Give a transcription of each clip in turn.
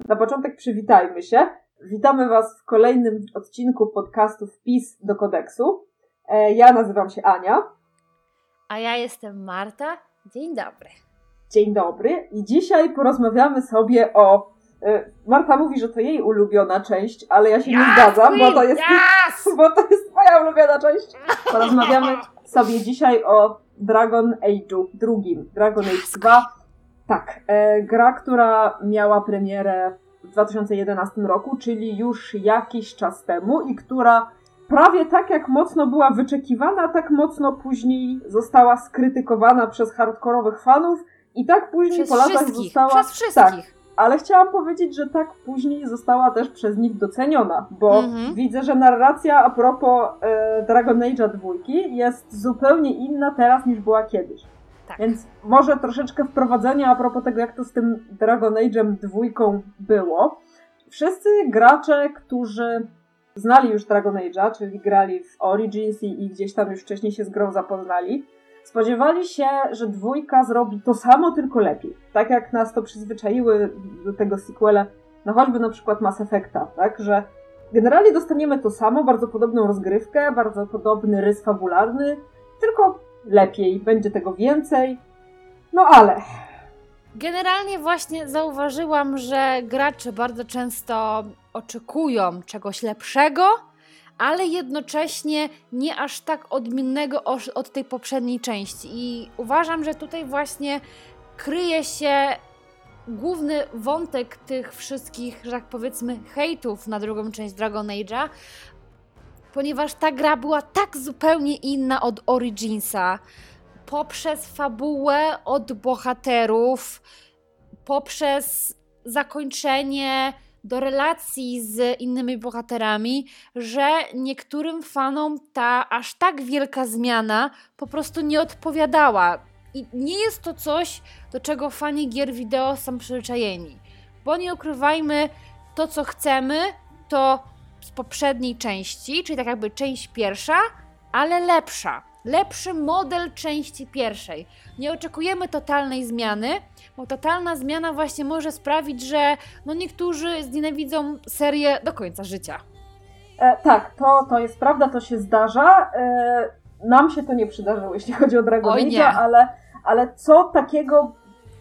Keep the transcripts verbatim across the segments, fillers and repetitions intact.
Na początek przywitajmy się. Witamy Was w kolejnym odcinku podcastu Wpis do kodeksu. Ja nazywam się Ania. A ja jestem Marta. Dzień dobry. Dzień dobry. I dzisiaj porozmawiamy sobie o... Marta mówi, że to jej ulubiona część, ale ja się yes, nie zgadzam, bo to jest, yes! bo to jest moja ulubiona część. Porozmawiamy sobie dzisiaj o Dragon Age'u drugim. Dragon Age dwa. Tak, e, gra, która miała premierę w dwa tysiące jedenastym roku, czyli już jakiś czas temu i która prawie tak jak mocno była wyczekiwana, tak mocno później została skrytykowana przez hardkorowych fanów i tak później przez po latach została... Przez wszystkich. Tak, ale chciałam powiedzieć, że tak później została też przez nich doceniona, bo mhm. widzę, że narracja a propos e, Dragon Age'a dwójki jest zupełnie inna teraz niż była kiedyś. Tak. Więc może troszeczkę wprowadzenia a propos tego, jak to z tym Dragon Age'em dwójką było. Wszyscy gracze, którzy znali już Dragon Age'a, czyli grali w Origins i, i gdzieś tam już wcześniej się z grą zapoznali, spodziewali się, że dwójka zrobi to samo, tylko lepiej. Tak jak nas to przyzwyczaiły do tego sequela, no choćby na przykład Mass Effecta, tak, że generalnie dostaniemy to samo, bardzo podobną rozgrywkę, bardzo podobny rys fabularny, tylko lepiej, będzie tego więcej, no ale... Generalnie właśnie zauważyłam, że gracze bardzo często oczekują czegoś lepszego, ale jednocześnie nie aż tak odmiennego od tej poprzedniej części. I uważam, że tutaj właśnie kryje się główny wątek tych wszystkich, że tak powiedzmy, hejtów na drugą część Dragon Age'a, ponieważ ta gra była tak zupełnie inna od Originsa, poprzez fabułę, od bohaterów, poprzez zakończenie do relacji z innymi bohaterami, że niektórym fanom ta aż tak wielka zmiana po prostu nie odpowiadała. I nie jest to coś, do czego fani gier wideo są przyzwyczajeni. Bo nie ukrywajmy, to co chcemy, to z poprzedniej części, czyli tak jakby część pierwsza, ale lepsza. Lepszy model części pierwszej. Nie oczekujemy totalnej zmiany, bo totalna zmiana właśnie może sprawić, że no niektórzy znienawidzą serię do końca życia. E, tak, to, to jest prawda, to się zdarza. E, nam się to nie przydarzyło, jeśli chodzi o Dragon Age'a, ale, ale co takiego,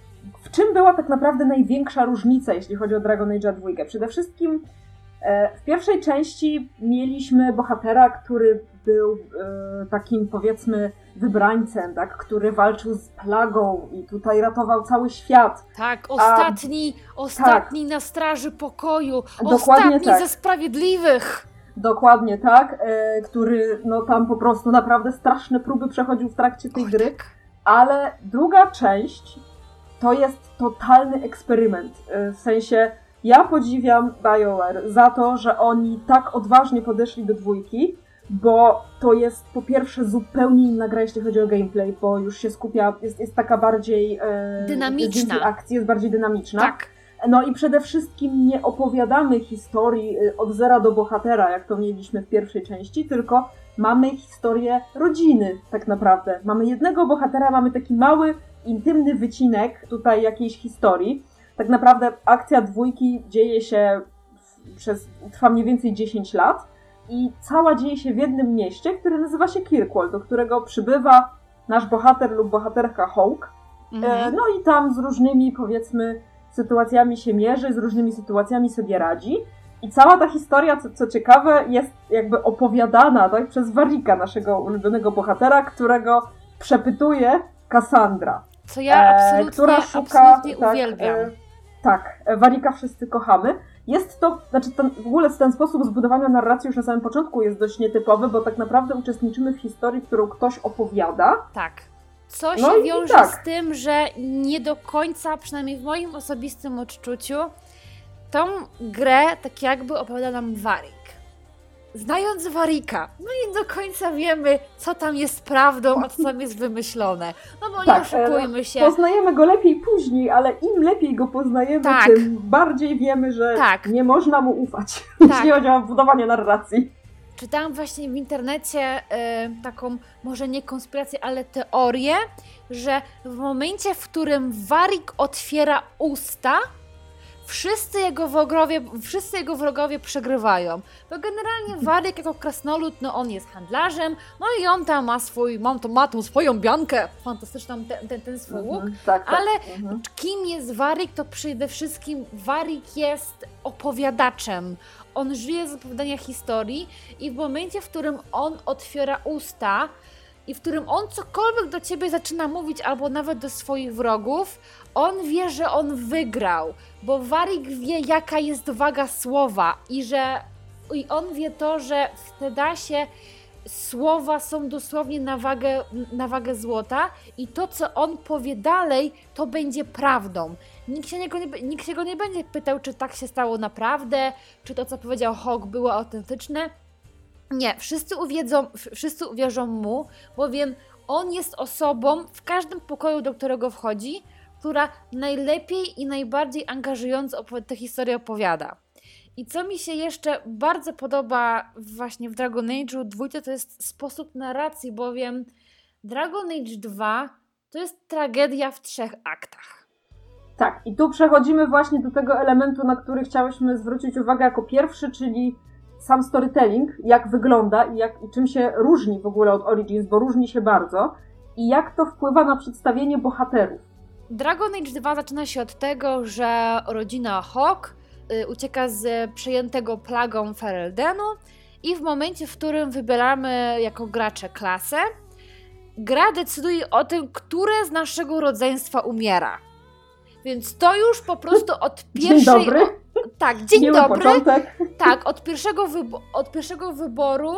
w czym była tak naprawdę największa różnica, jeśli chodzi o Dragon Age'a dwójkę? Przede wszystkim e, w pierwszej części mieliśmy bohatera, który był e, takim, powiedzmy, wybrańcem, tak, który walczył z plagą i tutaj ratował cały świat. Tak, ostatni, A, ostatni tak. na straży pokoju, Dokładnie ostatni tak. ze sprawiedliwych. Dokładnie tak, e, który no tam po prostu naprawdę straszne próby przechodził w trakcie tej Och, gry, tak. ale druga część to jest totalny eksperyment, e, w sensie ja podziwiam BioWare za to, że oni tak odważnie podeszli do dwójki, bo to jest po pierwsze zupełnie inna gra, jeśli chodzi o gameplay, bo już się skupia, jest, jest taka bardziej e, dynamiczna. Jest akcji, jest bardziej dynamiczna. Tak. No i przede wszystkim nie opowiadamy historii od zera do bohatera, jak to mieliśmy w pierwszej części, tylko mamy historię rodziny tak naprawdę. Mamy jednego bohatera, mamy taki mały, intymny wycinek tutaj jakiejś historii. Tak naprawdę akcja dwójki dzieje się przez, trwa mniej więcej dziesięć lat i cała dzieje się w jednym mieście, które nazywa się Kirkwall, do którego przybywa nasz bohater lub bohaterka Hawk. Mhm. No i tam z różnymi, powiedzmy, sytuacjami się mierzy, z różnymi sytuacjami sobie radzi. I cała ta historia, co, co ciekawe, jest jakby opowiadana tak, przez Warrika, naszego ulubionego bohatera, którego przepytuje Cassandra. Co ja absolutnie, e, która szuka, absolutnie tak, uwielbiam. E, tak, Warrika wszyscy kochamy. Jest to, znaczy ten, w ogóle ten sposób zbudowania narracji już na samym początku jest dość nietypowy, bo tak naprawdę uczestniczymy w historii, którą ktoś opowiada. Tak. Co się no wiąże tak. z tym, że nie do końca, przynajmniej w moim osobistym odczuciu, tą grę tak jakby opowiada nam Warrik. Znając Warrika, no nie do końca wiemy, co tam jest prawdą, a co tam jest wymyślone. No bo tak, nie oszukujmy się. Poznajemy go lepiej później, ale im lepiej go poznajemy, tak. tym bardziej wiemy, że tak. nie można mu ufać, tak. jeśli chodzi o budowanie narracji. Czytałam właśnie w internecie y, taką, może nie konspirację, ale teorię, że w momencie, w którym Warrik otwiera usta, wszyscy jego wrogowie, wszyscy jego wrogowie przegrywają. Bo generalnie Warwick jako krasnolud, no on jest handlarzem, no i on tam ma swój, ma, to, ma tą swoją biankę, fantastyczną, ten, ten, ten swój łuk, mhm, tak, tak. ale mhm. kim jest Warwick, to przede wszystkim Warwick jest opowiadaczem. On żyje z opowiadania historii i w momencie, w którym on otwiera usta i w którym on cokolwiek do ciebie zaczyna mówić, albo nawet do swoich wrogów, on wie, że on wygrał, bo Warwick wie, jaka jest waga słowa i że i on wie to, że w Tedasie słowa są dosłownie na wagę, na wagę złota i to, co on powie dalej, to będzie prawdą. Nikt się, niego nie, nikt się go nie będzie pytał, czy tak się stało naprawdę, czy to, co powiedział Hawk, było autentyczne. Nie, wszyscy uwiedzą, wszyscy uwierzą mu, bowiem on jest osobą w każdym pokoju, do którego wchodzi, która najlepiej i najbardziej angażująco tę historię opowiada. I co mi się jeszcze bardzo podoba właśnie w Dragon Age'u dwójce, to jest sposób narracji, bowiem Dragon Age dwa to jest tragedia w trzech aktach. Tak, i tu przechodzimy właśnie do tego elementu, na który chciałyśmy zwrócić uwagę jako pierwszy, czyli sam storytelling, jak wygląda i, jak, i czym się różni w ogóle od Origins, bo różni się bardzo, i jak to wpływa na przedstawienie bohaterów. Dragon Age dwa zaczyna się od tego, że rodzina Hawk y, ucieka z przejętego plagą Fereldenu i w momencie, w którym wybieramy jako gracze klasę, gra decyduje o tym, które z naszego rodzeństwa umiera. Więc to już po prostu od pierwszej... Dzień dobry. Tak, dzień Miły dobry. Początek. Tak, od pierwszego, wybo- od pierwszego wyboru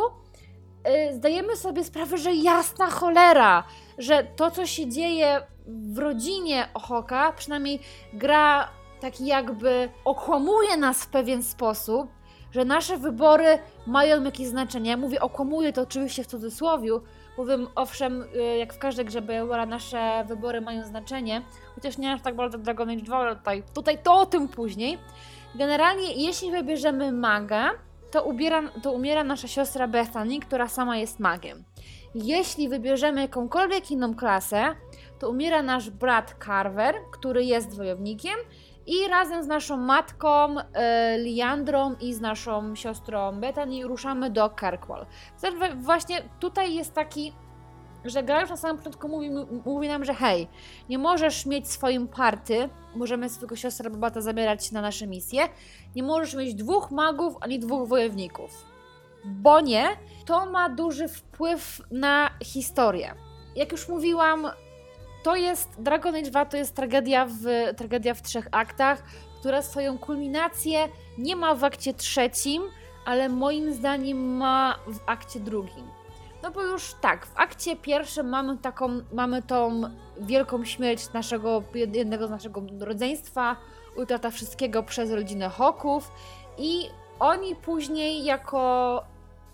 yy, zdajemy sobie sprawę, że jasna cholera, że to, co się dzieje w rodzinie Hawka, przynajmniej gra tak jakby okłamuje nas w pewien sposób, że nasze wybory mają jakieś znaczenie. Ja mówię okłamuje, to oczywiście w cudzysłowiu, bowiem owszem, jak w każdej grze Biowara nasze wybory mają znaczenie, chociaż nie aż tak bardzo Dragon Age dwa, ale tutaj, tutaj to o tym później. Generalnie jeśli wybierzemy maga, to, ubiera, to umiera nasza siostra Bethany, która sama jest magiem. Jeśli wybierzemy jakąkolwiek inną klasę, to umiera nasz brat Carver, który jest wojownikiem i razem z naszą matką e, Liandrą i z naszą siostrą Bethany ruszamy do Kirkwall. Właśnie tutaj jest taki, że gra już na samym początku mówi, mówi nam, że hej, nie możesz mieć swoim party, możemy swojego siostra Babata zabierać na nasze misje, nie możesz mieć dwóch magów ani dwóch wojowników, bo nie, to ma duży wpływ na historię. Jak już mówiłam, to jest, Dragon Age dwa to jest tragedia w, tragedia w trzech aktach, która swoją kulminację nie ma w akcie trzecim, ale moim zdaniem ma w akcie drugim. No bo już tak, w akcie pierwszym mamy taką, mamy tą wielką śmierć naszego, jednego z naszego rodzeństwa, utrata wszystkiego przez rodzinę Hawków i oni później jako,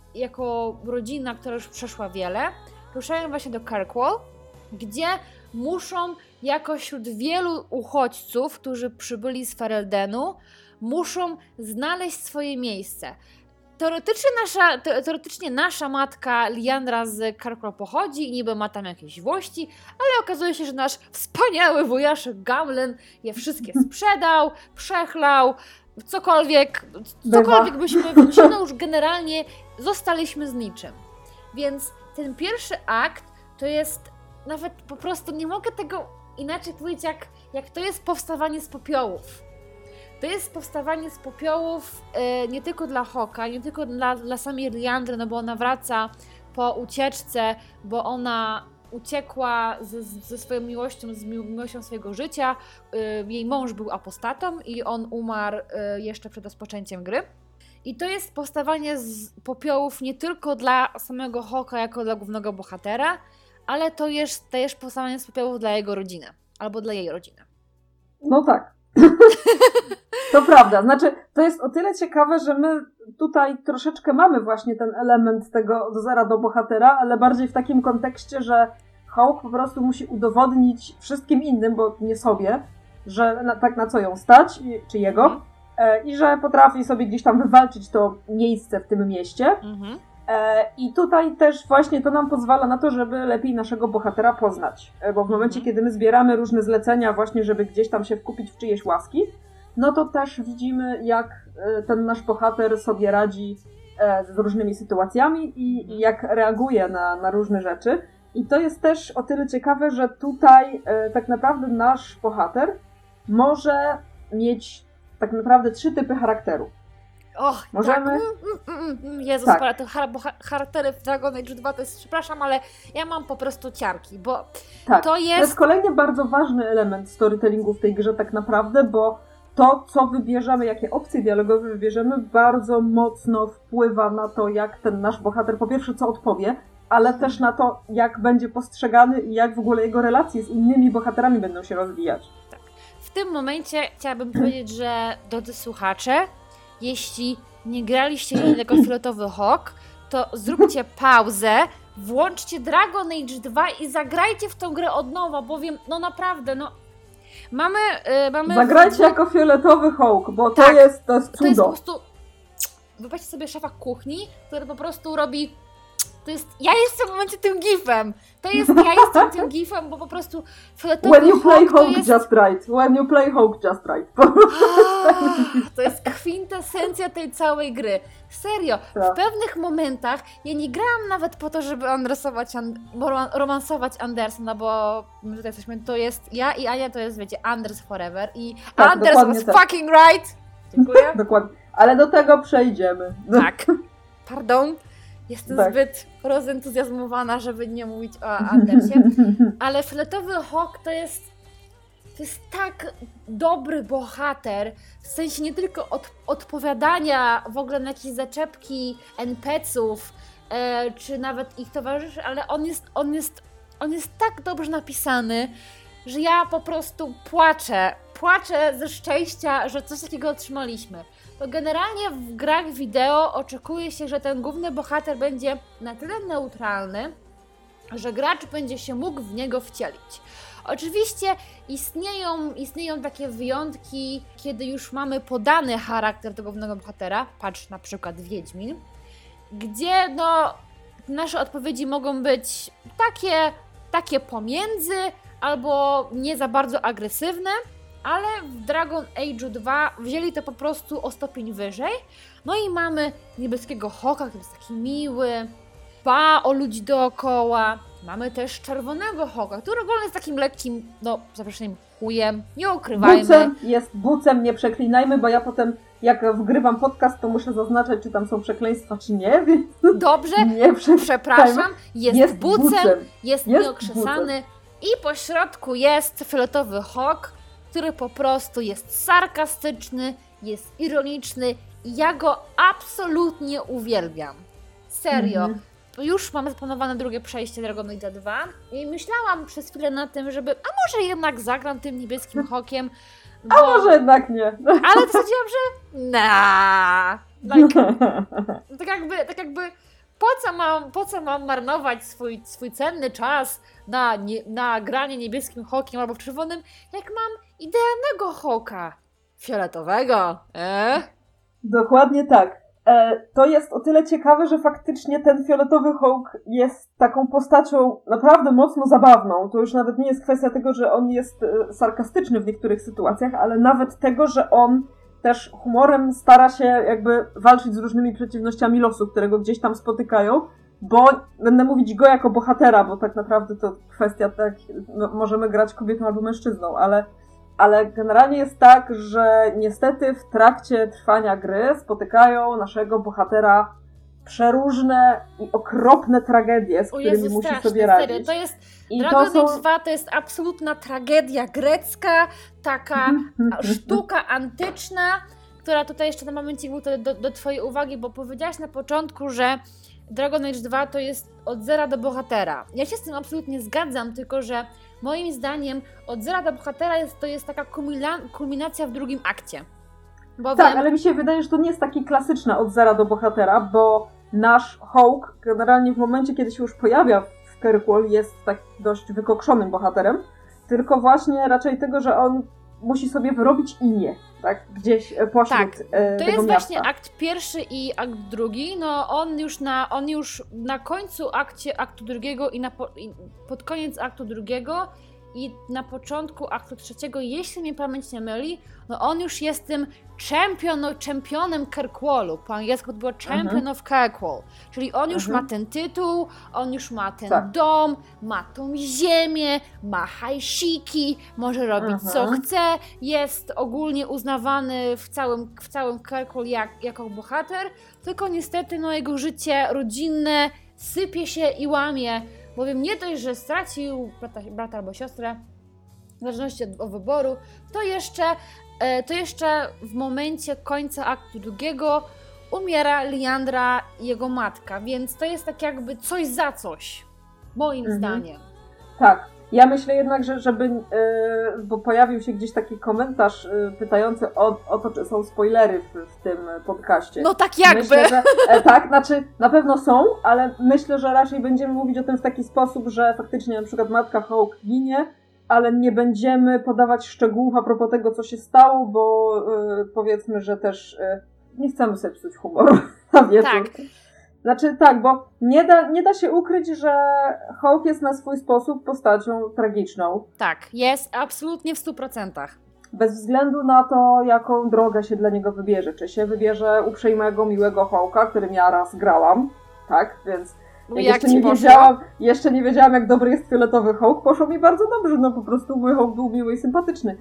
jako rodzina, która już przeszła wiele, ruszają właśnie do Kirkwall, gdzie muszą jako wśród wielu uchodźców, którzy przybyli z Fereldenu, muszą znaleźć swoje miejsce. Teoretycznie nasza, te, teoretycznie nasza matka Liandra z Kirkwall pochodzi i niby ma tam jakieś włości, ale okazuje się, że nasz wspaniały wujaszek Gamlen je wszystkie sprzedał, przechlał, cokolwiek, cokolwiek byśmy wrócili, no już generalnie zostaliśmy z niczym. Więc ten pierwszy akt to jest nawet po prostu, nie mogę tego inaczej powiedzieć, jak, jak to jest powstawanie z popiołów. To jest powstawanie z popiołów yy, nie tylko dla Hawka, nie tylko dla, dla samej Liandry, no bo ona wraca po ucieczce, bo ona uciekła ze, ze swoją miłością, z miłością swojego życia. Yy, jej mąż był apostatą i on umarł yy, jeszcze przed rozpoczęciem gry. I to jest powstawanie z popiołów nie tylko dla samego Hawka jako dla głównego bohatera, ale to jest też powstawanie z popiołów dla jego rodziny, albo dla jej rodziny. No tak. To prawda. Znaczy, to jest o tyle ciekawe, że my tutaj troszeczkę mamy właśnie ten element tego od zera do bohatera, ale bardziej w takim kontekście, że Hawk po prostu musi udowodnić wszystkim innym, bo nie sobie, że na, tak na co ją stać, czy jego, mhm. e, i że potrafi sobie gdzieś tam wywalczyć to miejsce w tym mieście. Mhm. I tutaj też właśnie to nam pozwala na to, żeby lepiej naszego bohatera poznać, bo w momencie, kiedy my zbieramy różne zlecenia właśnie, żeby gdzieś tam się wkupić w czyjeś łaski, no to też widzimy, jak ten nasz bohater sobie radzi z różnymi sytuacjami i jak reaguje na, na różne rzeczy. I to jest też o tyle ciekawe, że tutaj tak naprawdę nasz bohater może mieć tak naprawdę trzy typy charakteru. Och, możemy... tak. Mm, mm, mm. Jezus, tak. Te charaktery w Dragon Age dwa to jest, przepraszam, ale ja mam po prostu ciarki, bo tak. to jest... To jest kolejny bardzo ważny element storytellingu w tej grze tak naprawdę, bo to, co wybierzemy, jakie opcje dialogowe wybierzemy, bardzo mocno wpływa na to, jak ten nasz bohater, po pierwsze, co odpowie, ale też na to, jak będzie postrzegany i jak w ogóle jego relacje z innymi bohaterami będą się rozwijać. Tak. W tym momencie chciałabym powiedzieć, że drodzy słuchacze, jeśli nie graliście nigdy jako Fioletowy Hawk, to zróbcie pauzę, włączcie Dragon Age dwa i zagrajcie w tą grę od nowa, bowiem, no naprawdę, no mamy... Yy, mamy Zagrajcie w... jako Fioletowy Hawk, bo tak, to jest to jest cudo. To jest po prostu... Wyobraźcie sobie szefa kuchni, który po prostu robi... To jest... Ja jestem w tym momencie tym gifem. To jest... Ja jestem tym gifem, bo po prostu Fioletowy When you play Hawk, Hawk to jest... just right. When you play Hawk just right. To jest kwintesencja tej całej gry. Serio, tak. W pewnych momentach ja nie grałam nawet po to, żeby andresować, romansować Andersona, bo my tutaj jesteśmy, to jest ja i Ania, to jest, wiecie, Anders forever i tak, Anders was tak. fucking right! Dziękuję. Dokładnie. Ale do tego przejdziemy. Tak. Pardon. Jestem tak. zbyt rozentuzjazmowana, żeby nie mówić o Andersie. Ale Fioletowy Hawk to jest To jest tak dobry bohater, w sensie nie tylko od, odpowiadania w ogóle na jakieś zaczepki en pe ce ów, e, czy nawet ich towarzyszy, ale on jest, on, jest, on jest tak dobrze napisany, że ja po prostu płaczę. Płaczę ze szczęścia, że coś takiego otrzymaliśmy. To generalnie w grach wideo oczekuje się, że ten główny bohater będzie na tyle neutralny, że gracz będzie się mógł w niego wcielić. Oczywiście istnieją, istnieją takie wyjątki, kiedy już mamy podany charakter tego głównego bohatera, patrz na przykład Wiedźmin, gdzie no, nasze odpowiedzi mogą być takie, takie pomiędzy albo nie za bardzo agresywne, ale w Dragon Age dwa wzięli to po prostu o stopień wyżej. No i mamy niebieskiego Hawka, który jest taki miły, dba o ludzi dookoła. Mamy też czerwonego Hawka, który ogólnie jest takim lekkim, no, zaproszeniem chujem, nie ukrywajmy. Bucem, jest bucem, nie przeklinajmy, bo ja potem, jak wgrywam podcast, to muszę zaznaczać, czy tam są przekleństwa, czy nie, więc... Dobrze, nie przepraszam, jest, jest bucem, bucem, jest, jest nieokrzesany bucem. I po środku jest Fioletowy Hawk, który po prostu jest sarkastyczny, jest ironiczny i ja go absolutnie uwielbiam. Serio. Mhm. Już mamy zaplanowane drugie przejście Dragon Age dwa i myślałam przez chwilę na tym, żeby, a może jednak zagram tym niebieskim Hawkiem. Bo... A może jednak nie. Ale stwierdziłam, że na, like, tak jakby, tak jakby po co mam, po co mam marnować swój, swój cenny czas na, nie, na granie niebieskim Hawkiem albo czerwonym, jak mam idealnego Hawka fioletowego. E? Dokładnie tak. To jest o tyle ciekawe, że faktycznie ten Fioletowy Hawk jest taką postacią naprawdę mocno zabawną. To już nawet nie jest kwestia tego, że on jest sarkastyczny w niektórych sytuacjach, ale nawet tego, że on też humorem stara się jakby walczyć z różnymi przeciwnościami losu, które go gdzieś tam spotykają, bo będę mówić go jako bohatera, bo tak naprawdę to kwestia tak, no, możemy grać kobietą albo mężczyzną, ale Ale generalnie jest tak, że niestety w trakcie trwania gry spotykają naszego bohatera przeróżne i okropne tragedie, z którymi Jezu, musi straszne, sobie radzić. Serio, to jest, I Dragon Age są... dwa to jest absolutna tragedia grecka, taka sztuka antyczna, która tutaj jeszcze na momencie do, do, do twojej uwagi, bo powiedziałaś na początku, że Dragon Age dwa to jest od zera do bohatera. Ja się z tym absolutnie zgadzam, tylko że moim zdaniem od zera do bohatera jest, to jest taka kulmina- kulminacja w drugim akcie. Bowiem... Tak, ale mi się wydaje, że to nie jest taki klasyczne od zera do bohatera, bo nasz Hawk generalnie w momencie, kiedy się już pojawia w Kirkwall, jest tak dość wykokszonym bohaterem, tylko właśnie raczej tego, że on musi sobie wyrobić imię, tak? Gdzieś pośród tak, e, to tego jest miasta. właśnie akt pierwszy i akt drugi. No on już na, on już na końcu akcie aktu drugiego i, na, i pod koniec aktu drugiego i na początku aktu trzeciego, jeśli mnie pamięć nie myli, no on już jest tym champion, no, championem Kirkwallu, po angielsku to było champion mhm. of Kirkwall, czyli on już mhm. ma ten tytuł, on już ma ten tak. dom, ma tą ziemię, ma hajsiki, może robić mhm. co chce, jest ogólnie uznawany w całym, w całym Kirkwall jak, jako bohater, tylko niestety no, jego życie rodzinne sypie się i łamie, bowiem nie dość, że stracił brata, brata albo siostrę, w zależności od, od wyboru, to jeszcze, to jeszcze w momencie końca aktu drugiego umiera Liandra i jego matka, więc to jest tak jakby coś za coś, moim mhm. zdaniem. Tak. Ja myślę jednak, że żeby, yy, bo pojawił się gdzieś taki komentarz yy, pytający o, o to, czy są spoilery w, w tym podcaście. No tak jakby! Myślę, że, e, tak, znaczy na pewno są, ale myślę, że raczej będziemy mówić o tym w taki sposób, że faktycznie na przykład matka Hawke ginie, ale nie będziemy podawać szczegółów a propos tego, co się stało, bo yy, powiedzmy, że też yy, nie chcemy sobie psuć humoru na wieczór. Tak. Znaczy tak, bo nie da, nie da się ukryć, że Hawke jest na swój sposób postacią tragiczną. Tak, jest absolutnie w stu procentach. Bez względu na to, jaką drogę się dla niego wybierze. Czy się wybierze uprzejmego, miłego Hawke'a, którym ja raz grałam, tak, więc jak jeszcze, nie wiedziałam, jeszcze nie wiedziałam, jak dobry jest fioletowy Hawke. Poszło mi bardzo dobrze, no po prostu mój Hawke był miły i sympatyczny.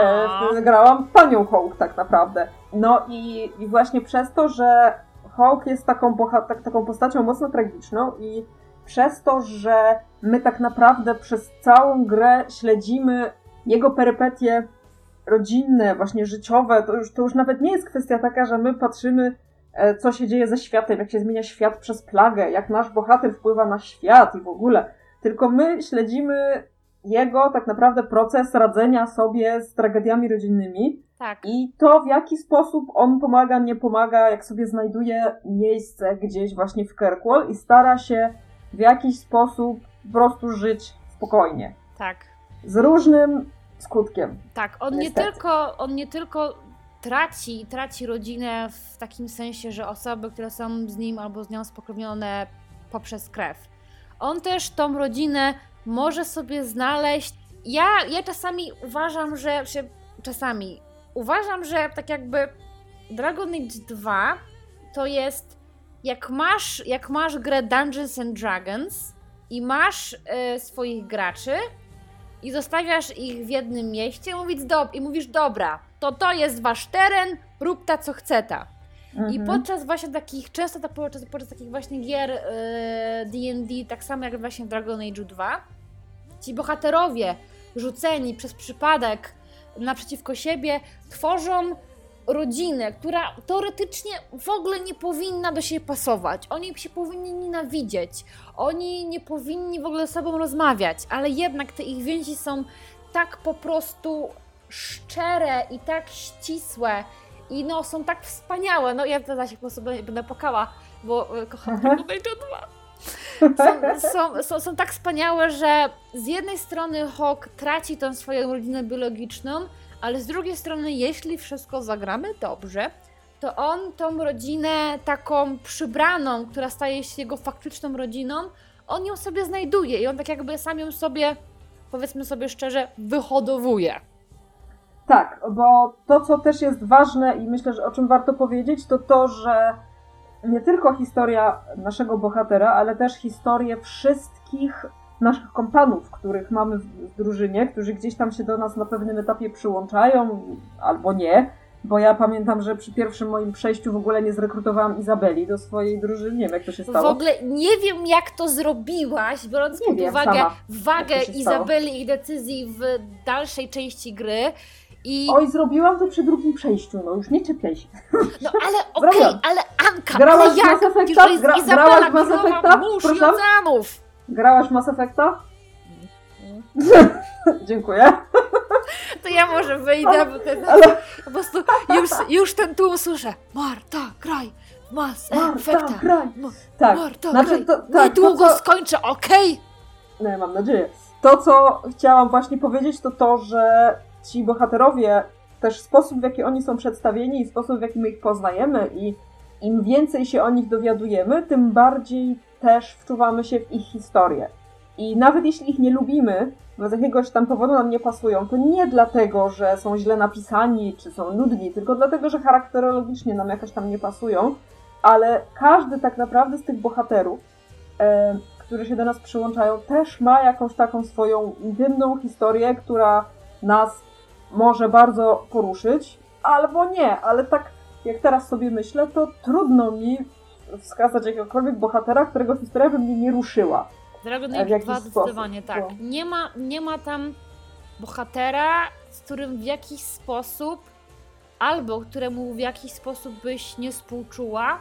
E, grałam panią Hawke tak naprawdę. No i, i właśnie przez to, że Hawke jest taką, boha- tak, taką postacią mocno tragiczną i przez to, że my tak naprawdę przez całą grę śledzimy jego perypetie rodzinne, właśnie życiowe, to już, to już nawet nie jest kwestia taka, że my patrzymy, e, co się dzieje ze światem, jak się zmienia świat przez plagę, jak nasz bohater wpływa na świat i w ogóle, tylko my śledzimy jego tak naprawdę proces radzenia sobie z tragediami rodzinnymi. Tak. I to, w jaki sposób on pomaga, nie pomaga, jak sobie znajduje miejsce gdzieś właśnie w Kirkwall i stara się w jakiś sposób po prostu żyć spokojnie. Tak. Z różnym skutkiem. Tak, on nie tylko, on nie tylko traci, traci rodzinę w takim sensie, że osoby, które są z nim albo z nią spokrewnione poprzez krew. On też tą rodzinę może sobie znaleźć. Ja, ja czasami uważam, że się, czasami uważam, że tak jakby Dragon Age dwa to jest jak masz, jak masz grę Dungeons and Dragons i masz y, swoich graczy i zostawiasz ich w jednym mieście mówić do, i mówisz, dobra, to to jest wasz teren, rób ta co chce ta. Mhm. I podczas właśnie takich, często ta, podczas, podczas takich właśnie gier y, D and D, tak samo jak właśnie w Dragon Age dwa, ci bohaterowie rzuceni przez przypadek naprzeciwko siebie tworzą rodzinę, która teoretycznie w ogóle nie powinna do siebie pasować. Oni się powinni nienawidzieć. Oni nie powinni w ogóle ze sobą rozmawiać, ale jednak te ich więzi są tak po prostu szczere i tak ścisłe i no są tak wspaniałe. No ja teraz się po prostu będę płakała, bo kocham Dragon Age dwa. Są, są, są, są tak wspaniałe, że z jednej strony Hawke traci tą swoją rodzinę biologiczną, ale z drugiej strony, jeśli wszystko zagramy dobrze, to on tą rodzinę taką przybraną, która staje się jego faktyczną rodziną, on ją sobie znajduje i on tak jakby sam ją sobie, powiedzmy sobie szczerze, wyhodowuje. Tak, bo to, co też jest ważne i myślę, że o czym warto powiedzieć, to to, że nie tylko historia naszego bohatera, ale też historię wszystkich naszych kompanów, których mamy w drużynie, którzy gdzieś tam się do nas na pewnym etapie przyłączają, albo nie, bo ja pamiętam, że przy pierwszym moim przejściu w ogóle nie zrekrutowałam Izabeli do swojej drużyny, nie wiem jak to się stało. W ogóle nie wiem jak to zrobiłaś, biorąc nie pod wiem, uwagę sama, wagę Izabeli i ich decyzji w dalszej części gry. I... Oj, zrobiłam to przy drugim przejściu, no już nie czepiaj się. No ale okej, okay, ale Anka, grałaś ale jak? Mass Effecta? Gra, Izabela grałaś Mass Effecta? Mórz i oceanów. Grałaś Mass Effecta? Dziękuję. To ja może wyjdę, bo ten, ale... po prostu już, już ten tu usłyszę. Marta, graj, Mass Effecta. graj. Tak. Marta, znaczy, graj. To, tak, niedługo to, co... skończę, okej? Okay? No, mam nadzieję. To, co chciałam właśnie powiedzieć, to to, że ci bohaterowie, też sposób, w jaki oni są przedstawieni i sposób, w jaki my ich poznajemy i im więcej się o nich dowiadujemy, tym bardziej też wczuwamy się w ich historię. I nawet jeśli ich nie lubimy, bo z jakiegoś tam powodu nam nie pasują, to nie dlatego, że są źle napisani, czy są nudni, tylko dlatego, że charakterologicznie nam jakoś tam nie pasują, ale każdy tak naprawdę z tych bohaterów, e, którzy się do nas przyłączają, też ma jakąś taką swoją intymną historię, która nas może bardzo poruszyć, albo nie, ale tak jak teraz sobie myślę, to trudno mi wskazać jakiegokolwiek bohatera, którego historia by mnie nie ruszyła. Dragon Age dwa zdecydowanie tak. Nie ma, nie ma tam bohatera, z którym w jakiś sposób, albo któremu w jakiś sposób byś nie współczuła,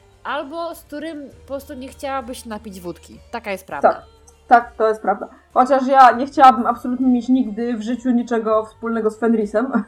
albo z którym po prostu nie chciałabyś napić wódki. Taka jest prawda. Tak, tak, to jest prawda. Chociaż ja nie chciałabym absolutnie mieć nigdy w życiu niczego wspólnego z Fenrisem.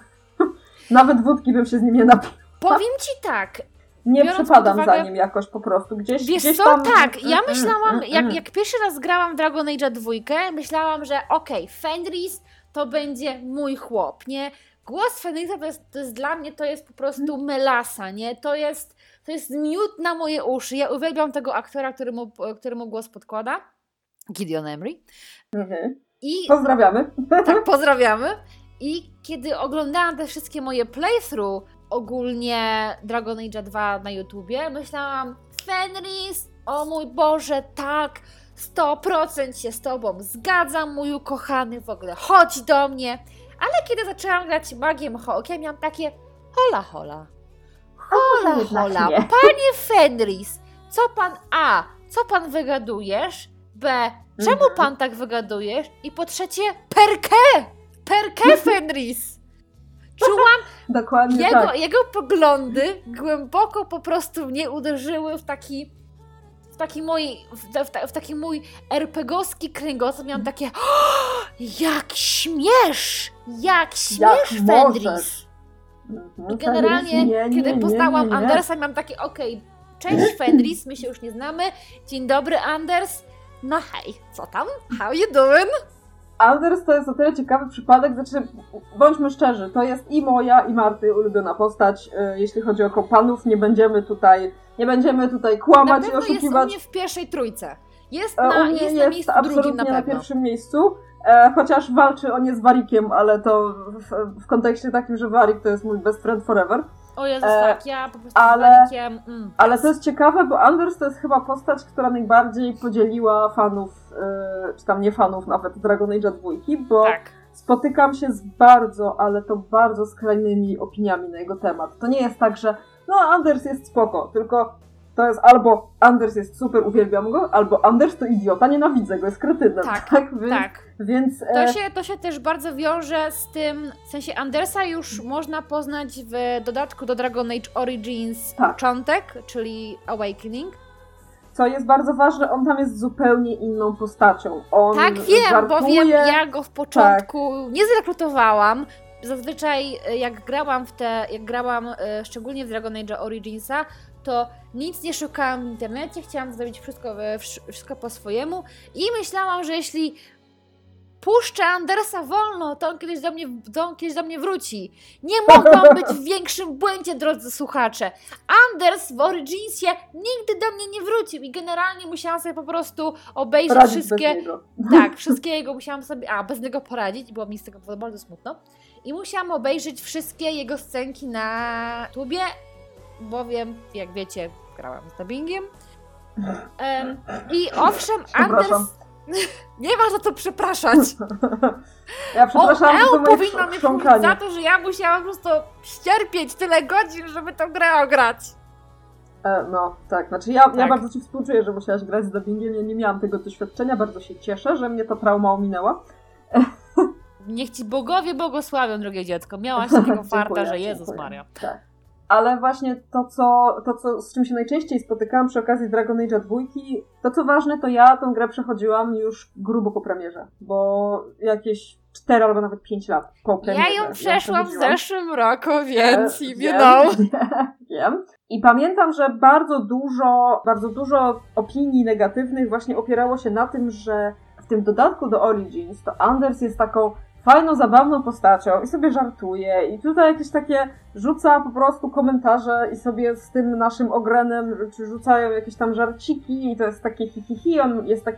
Nawet wódki bym się z nim nie napił. Powiem ci tak. Nie przepadam uwagę, za nim jakoś po prostu. Gdzieś, wiesz gdzieś co, tam... tak. Ja myślałam, jak, jak pierwszy raz grałam w Dragon Age dwa, myślałam, że okej, okay, Fenris to będzie mój chłop, nie? Głos Fenrisa to jest, to jest dla mnie, to jest po prostu melasa, nie? To jest, to jest miód na moje uszy. Ja uwielbiam tego aktora, który mu, który mu głos podkłada. Gideon Emery. Mhm. I, pozdrawiamy. Tak, pozdrawiamy. I kiedy oglądałam te wszystkie moje playthrough ogólnie Dragon Age dwa na YouTubie, myślałam, Fenris, o mój Boże, tak, sto procent się z tobą zgadzam, mój ukochany, w ogóle chodź do mnie. Ale kiedy zaczęłam grać magiem Hawkiem, miałam takie hola hola, hola hola, panie Fenris, co pan A, co pan wygadujesz, B, czemu mhm. pan tak wygadujesz i po trzecie, perke, perke Fenris. Czułam, Dokładnie jego, tak. jego poglądy głęboko po prostu mnie uderzyły w taki w taki mój, w, w, w taki mój erpegowski kręgosłup. Miałam takie oh, jak śmiesz! Jak śmiesz, jak Fenris! Mhm, I generalnie, nie, nie, kiedy poznałam nie, nie, nie. Andersa, miałam takie okej, okay, cześć Fenris, my się już nie znamy. Dzień dobry Anders. No hej, co tam? How you doing? Anders to jest o tyle ciekawy przypadek, znaczy bądźmy szczerzy, to jest i moja, i Marty ulubiona postać, yy, jeśli chodzi o kompanów, nie będziemy tutaj, nie będziemy tutaj kłamać i oszukiwać. Jest u mnie w pierwszej trójce. Jest na, u mnie jest jest na miejscu absolutnie drugim na, pewno. na pierwszym miejscu, e, chociaż walczy o nie z Warikiem, ale to w, w kontekście takim, że Warik to jest mój best friend forever. O Jezus, e, tak, ja po prostu ale, z Warikiem... Mm, ale to jest ciekawe, bo Anders to jest chyba postać, która najbardziej podzieliła fanów, yy, czy tam nie fanów nawet Dragon Age dwa, bo tak. spotykam się z bardzo, ale to bardzo skrajnymi opiniami na jego temat. To nie jest tak, że no Anders jest spoko, tylko to jest albo Anders jest super, uwielbiam go, albo Anders to idiota, nienawidzę go, jest kretynem. Tak, tak. Więc, tak. Więc, e... to, się, to się też bardzo wiąże z tym, w sensie Andersa już można poznać w dodatku do Dragon Age Origins tak. początek, czyli Awakening. Co jest bardzo ważne, on tam jest zupełnie inną postacią. On tak, wiem, żartuje... bowiem ja go w początku tak. nie zrekrutowałam. Zazwyczaj jak grałam w te, jak grałam szczególnie w Dragon Age Originsa, to nic nie szukałam w internecie, chciałam zrobić wszystko, wszystko po swojemu i myślałam, że jeśli puszczę Andersa wolno, to on kiedyś do mnie, to on kiedyś do mnie wróci. Nie mogłam być w większym błędzie, drodzy słuchacze. Anders w Originsie nigdy do mnie nie wrócił i generalnie musiałam sobie po prostu obejrzeć Radzić wszystkie... bez niego. Tak, wszystkiego musiałam sobie... A, bez niego poradzić, było mi z tego bardzo smutno. I musiałam obejrzeć wszystkie jego scenki na tubie, bowiem, jak wiecie, grałam z dubbingiem. Um, I owszem, Anders... Nie ma za to przepraszać. Ja przepraszam, o, że to moje powinno mnie powiedzieć za to, że ja musiałam po prostu ścierpieć tyle godzin, żeby tę grę ograć. E, no, tak. Znaczy ja, tak. ja bardzo ci współczuję, że musiałaś grać z dubbingiem. Ja nie miałam tego doświadczenia. Bardzo się cieszę, że mnie ta trauma ominęła. Niech ci bogowie błogosławią, drogie dziecko. Miałaś takiego farta, że Jezus dziękuję. Maria. Tak. Ale właśnie to co, to, co, z czym się najczęściej spotykałam przy okazji Dragon Age dwa, to co ważne, to ja tę grę przechodziłam już grubo po premierze, bo jakieś cztery albo nawet pięć lat po premierze. Ja ją przeszłam w zeszłym roku, więc e, you wiem, know. Wiem. I pamiętam, że bardzo dużo, bardzo dużo opinii negatywnych właśnie opierało się na tym, że w tym dodatku do Origins to Anders jest taką fajną, zabawną postacią i sobie żartuje i tutaj jakieś takie rzuca po prostu komentarze i sobie z tym naszym ogrenem czy rzucają jakieś tam żarciki i to jest takie hi, hi, hi. On jest taki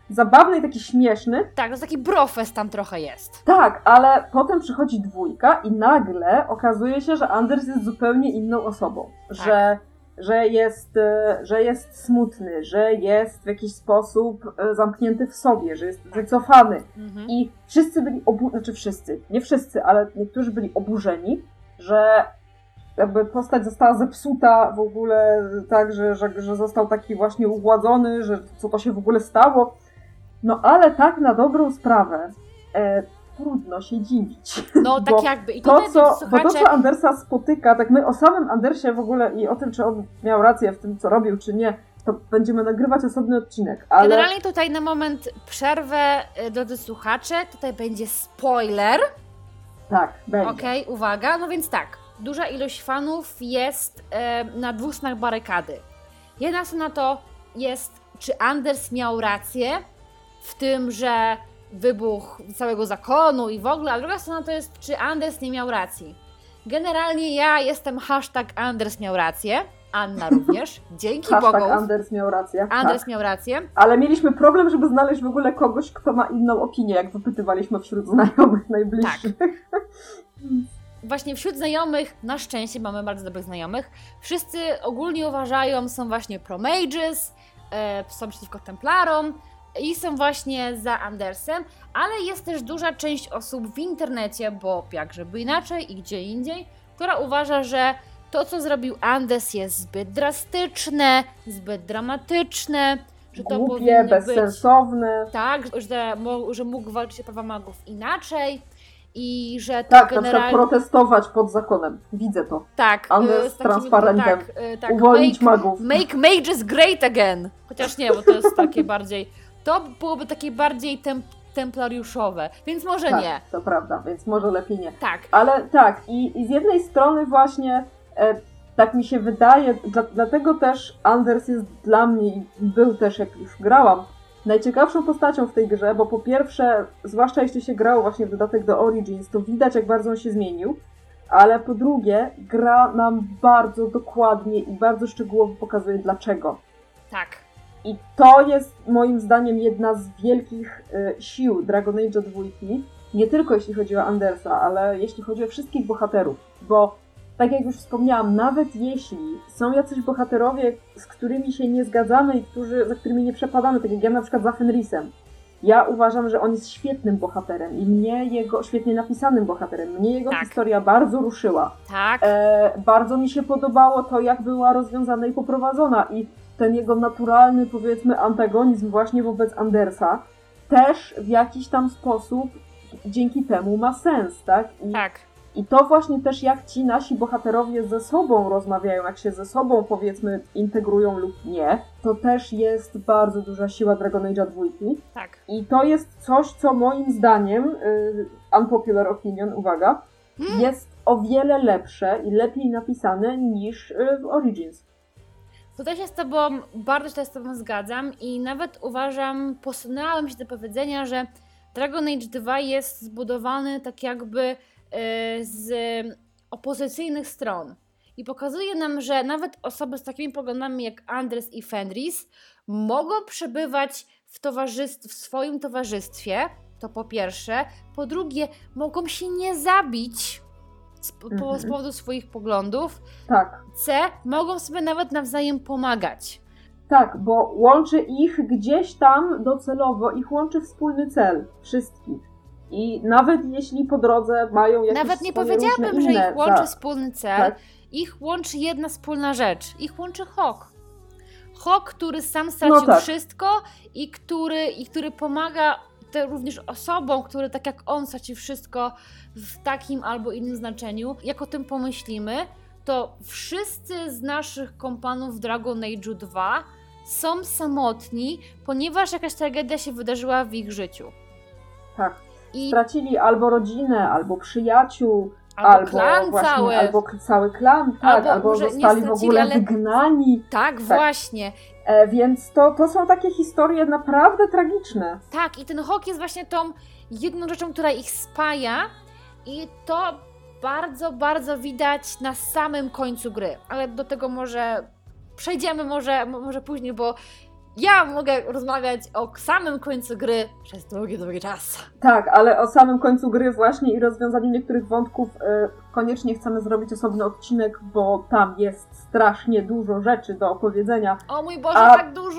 zabawny i taki śmieszny. Tak, to taki brofest tam trochę jest. Tak, ale potem przychodzi dwójka i nagle okazuje się, że Anders jest zupełnie inną osobą. Tak. Że, że, jest, że jest smutny, że jest w jakiś sposób zamknięty w sobie, że jest wycofany. Mhm. I wszyscy byli obu... znaczy wszyscy, nie wszyscy, ale niektórzy byli oburzeni, że jakby postać została zepsuta w ogóle tak, że, że, że został taki właśnie ugładzony, że co to się w ogóle stało. No ale tak na dobrą sprawę e, trudno się dziwić. No tak jakby. I to, tutaj, co, słuchacze... bo to, co Andersa spotyka, tak my o samym Andersie w ogóle i o tym, czy on miał rację w tym, co robił, czy nie, to będziemy nagrywać osobny odcinek. Ale... Generalnie tutaj na moment przerwę, drodzy słuchacze, tutaj będzie spoiler. Tak, będzie. Okej, okay, uwaga. No więc tak, duża ilość fanów jest e, na dwóch stronach barykady. Jedna strona to jest, czy Anders miał rację w tym, że wybuch całego zakonu i w ogóle, a druga strona to jest, czy Anders nie miał racji. Generalnie ja jestem hashtag Anders miał rację, Anna również, dzięki hashtag Bogu. Anders miał rację. Anders tak. miał rację. Ale mieliśmy problem, żeby znaleźć w ogóle kogoś, kto ma inną opinię, jak wypytywaliśmy wśród znajomych najbliższych. Tak. Właśnie wśród znajomych, na szczęście mamy bardzo dobrych znajomych, wszyscy ogólnie uważają, są właśnie pro-mages, e, są przeciwko templarom i są właśnie za Andersem, ale jest też duża część osób w internecie, bo jakżeby inaczej i gdzie indziej, która uważa, że to, co zrobił Anders, jest zbyt drastyczne, zbyt dramatyczne, że to głupie, bezsensowne. Być, tak, że, że mógł walczyć o prawa magów inaczej. I że to tak, generalnie... na przykład protestować pod zakonem. Widzę to. Tak. Anders z transparentem. Tak, tak, uwolnić make, magów. Make mages great again. Chociaż nie, bo to jest takie bardziej... To byłoby takie bardziej tem, templariuszowe, więc może tak, nie. to prawda, więc może lepiej nie. Tak. Ale tak, i, i z jednej strony właśnie e, tak mi się wydaje, dla, dlatego też Anders jest dla mnie i był też, jak już grałam, najciekawszą postacią w tej grze, bo po pierwsze, zwłaszcza jeśli się grało właśnie w dodatek do Origins, to widać, jak bardzo on się zmienił, ale po drugie, gra nam bardzo dokładnie i bardzo szczegółowo pokazuje dlaczego. Tak. I to jest moim zdaniem jedna z wielkich y, sił Dragon Age'a dwójki, nie tylko jeśli chodzi o Andersa, ale jeśli chodzi o wszystkich bohaterów, bo tak jak już wspomniałam, nawet jeśli są jacyś bohaterowie, z którymi się nie zgadzamy i którzy, za którymi nie przepadamy, tak jak ja na przykład za Fenrisem, ja uważam, że on jest świetnym bohaterem i mnie jego, świetnie napisanym bohaterem, mnie jego tak. historia bardzo ruszyła. Tak. E, bardzo mi się podobało to, jak była rozwiązana i poprowadzona i ten jego naturalny, powiedzmy, antagonizm właśnie wobec Andersa też w jakiś tam sposób dzięki temu ma sens, tak? I tak. I to właśnie też jak ci nasi bohaterowie ze sobą rozmawiają, jak się ze sobą powiedzmy integrują lub nie, to też jest bardzo duża siła Dragon Age'a dwójki. Tak. I to jest coś, co moim zdaniem, y, unpopular opinion, uwaga, hmm. jest o wiele lepsze i lepiej napisane niż y, w Origins. Tutaj się z Tobą, bardzo się z Tobą zgadzam i nawet uważam, posunęłam się do powiedzenia, że Dragon Age dwa jest zbudowany tak jakby z opozycyjnych stron i pokazuje nam, że nawet osoby z takimi poglądami jak Anders i Fenris mogą przebywać w, towarzystw- w swoim towarzystwie, to po pierwsze, po drugie mogą się nie zabić z, po, z powodu swoich poglądów, tak. C, mogą sobie nawet nawzajem pomagać. Tak, bo łączy ich gdzieś tam docelowo, ich łączy wspólny cel, wszystkich. I nawet jeśli po drodze mają jakieś Nawet nie swoje powiedziałabym, że inne, ich łączy tak, wspólny cel. tak. Ich łączy jedna wspólna rzecz. Ich łączy Hawk. Hawk, który sam stracił no tak. wszystko i który, i który pomaga te również osobom, które tak jak on stracił wszystko w takim albo innym znaczeniu. Jak o tym pomyślimy, to wszyscy z naszych kompanów w Dragon Age'u dwa są samotni, ponieważ jakaś tragedia się wydarzyła w ich życiu. Tak. I stracili albo rodzinę, albo przyjaciół, albo, albo klan właśnie, cały. albo cały klan, tak, albo, albo zostali w ogóle ale... wygnani. Tak, tak. właśnie. E, więc to, to są takie historie naprawdę tragiczne. Tak, i ten Hawk jest właśnie tą jedną rzeczą, która ich spaja i to bardzo, bardzo widać na samym końcu gry. Ale do tego może przejdziemy może, może później, bo ja mogę rozmawiać o samym końcu gry przez długi, długi czas. Tak, ale o samym końcu gry właśnie i rozwiązaniu niektórych wątków y, koniecznie chcemy zrobić osobny odcinek, bo tam jest strasznie dużo rzeczy do opowiedzenia. O mój Boże, a, tak dużo!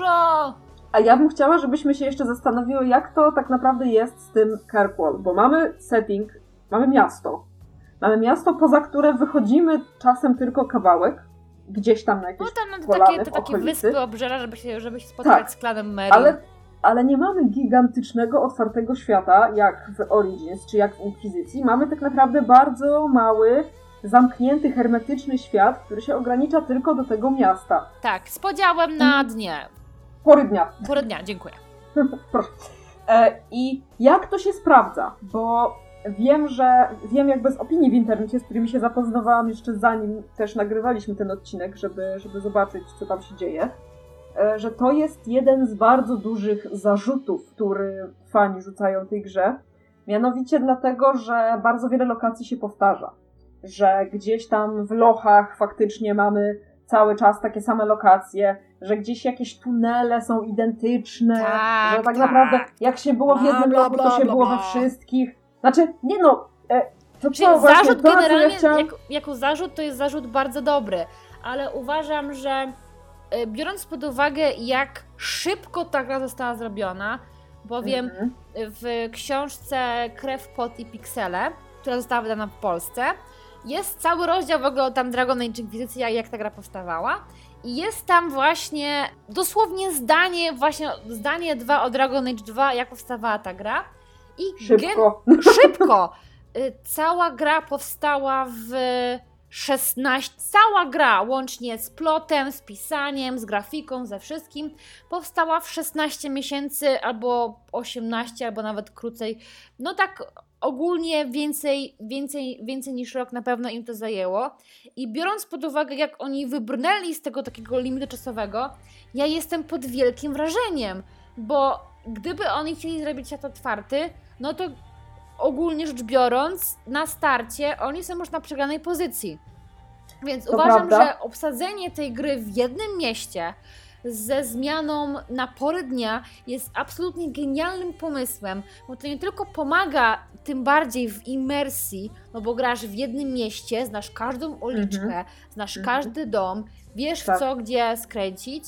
A ja bym chciała, żebyśmy się jeszcze zastanowiły, jak to tak naprawdę jest z tym Kirkwall, bo mamy setting, mamy miasto. Mamy miasto, poza które wychodzimy czasem tylko kawałek, gdzieś tam na jakieś No tam polany, takie, to takie okolicy. wyspy obrzeża, żeby się, żeby się spotkać Tak, z klanem Merry. Ale, ale nie mamy gigantycznego, otwartego świata, jak w Origins, czy jak w Inkwizycji. Mamy tak naprawdę bardzo mały, zamknięty, hermetyczny świat, który się ogranicza tylko do tego miasta. Tak, z podziałem na dnie. Pory dnia. Pory dnia, dziękuję. Proszę. E, I jak to się sprawdza? Bo wiem, że wiem jakby z opinii w internecie, z którymi się zapoznawałam jeszcze zanim też nagrywaliśmy ten odcinek, żeby, żeby zobaczyć, co tam się dzieje, e, że to jest jeden z bardzo dużych zarzutów, który fani rzucają tej grze. Mianowicie dlatego, że bardzo wiele lokacji się powtarza. Że gdzieś tam w lochach faktycznie mamy cały czas takie same lokacje, że gdzieś jakieś tunele są identyczne, tak, że tak, tak naprawdę jak się było w bla, jednym bla, lochu, to bla, się bla, było bla. we wszystkich. Znaczy, nie no, e, to Czyli co właśnie, zarzut to, co generalnie, ja chciałam... jako, jako zarzut to jest zarzut bardzo dobry, ale uważam, że e, biorąc pod uwagę, jak szybko ta gra została zrobiona, bowiem Mhm. w książce Krew, Pot i Piksele, która została wydana w Polsce, jest cały rozdział w ogóle o tam Dragon Age Inkwizycja i jak ta gra powstawała. I jest tam właśnie dosłownie zdanie, właśnie zdanie dwa o Dragon Age dwa, jak powstawała ta gra. I Szybko. Gen- szybko! Y, Cała gra powstała w szesnaście, cała gra łącznie z plotem, z pisaniem, z grafiką, ze wszystkim powstała w szesnaście miesięcy albo osiemnaście, albo nawet krócej. No tak ogólnie więcej, więcej, więcej niż rok na pewno im to zajęło. I biorąc pod uwagę, jak oni wybrnęli z tego takiego limitu czasowego, ja jestem pod wielkim wrażeniem, bo gdyby oni chcieli zrobić świat otwarty, no to ogólnie rzecz biorąc, na starcie oni są już na przegranej pozycji. Więc To uważam, prawda. że obsadzenie tej gry w jednym mieście ze zmianą na pory dnia jest absolutnie genialnym pomysłem, bo to nie tylko pomaga tym bardziej w imersji, no bo grasz w jednym mieście, znasz każdą uliczkę, Mhm. znasz Mhm. każdy dom, wiesz Tak. co, gdzie skręcić,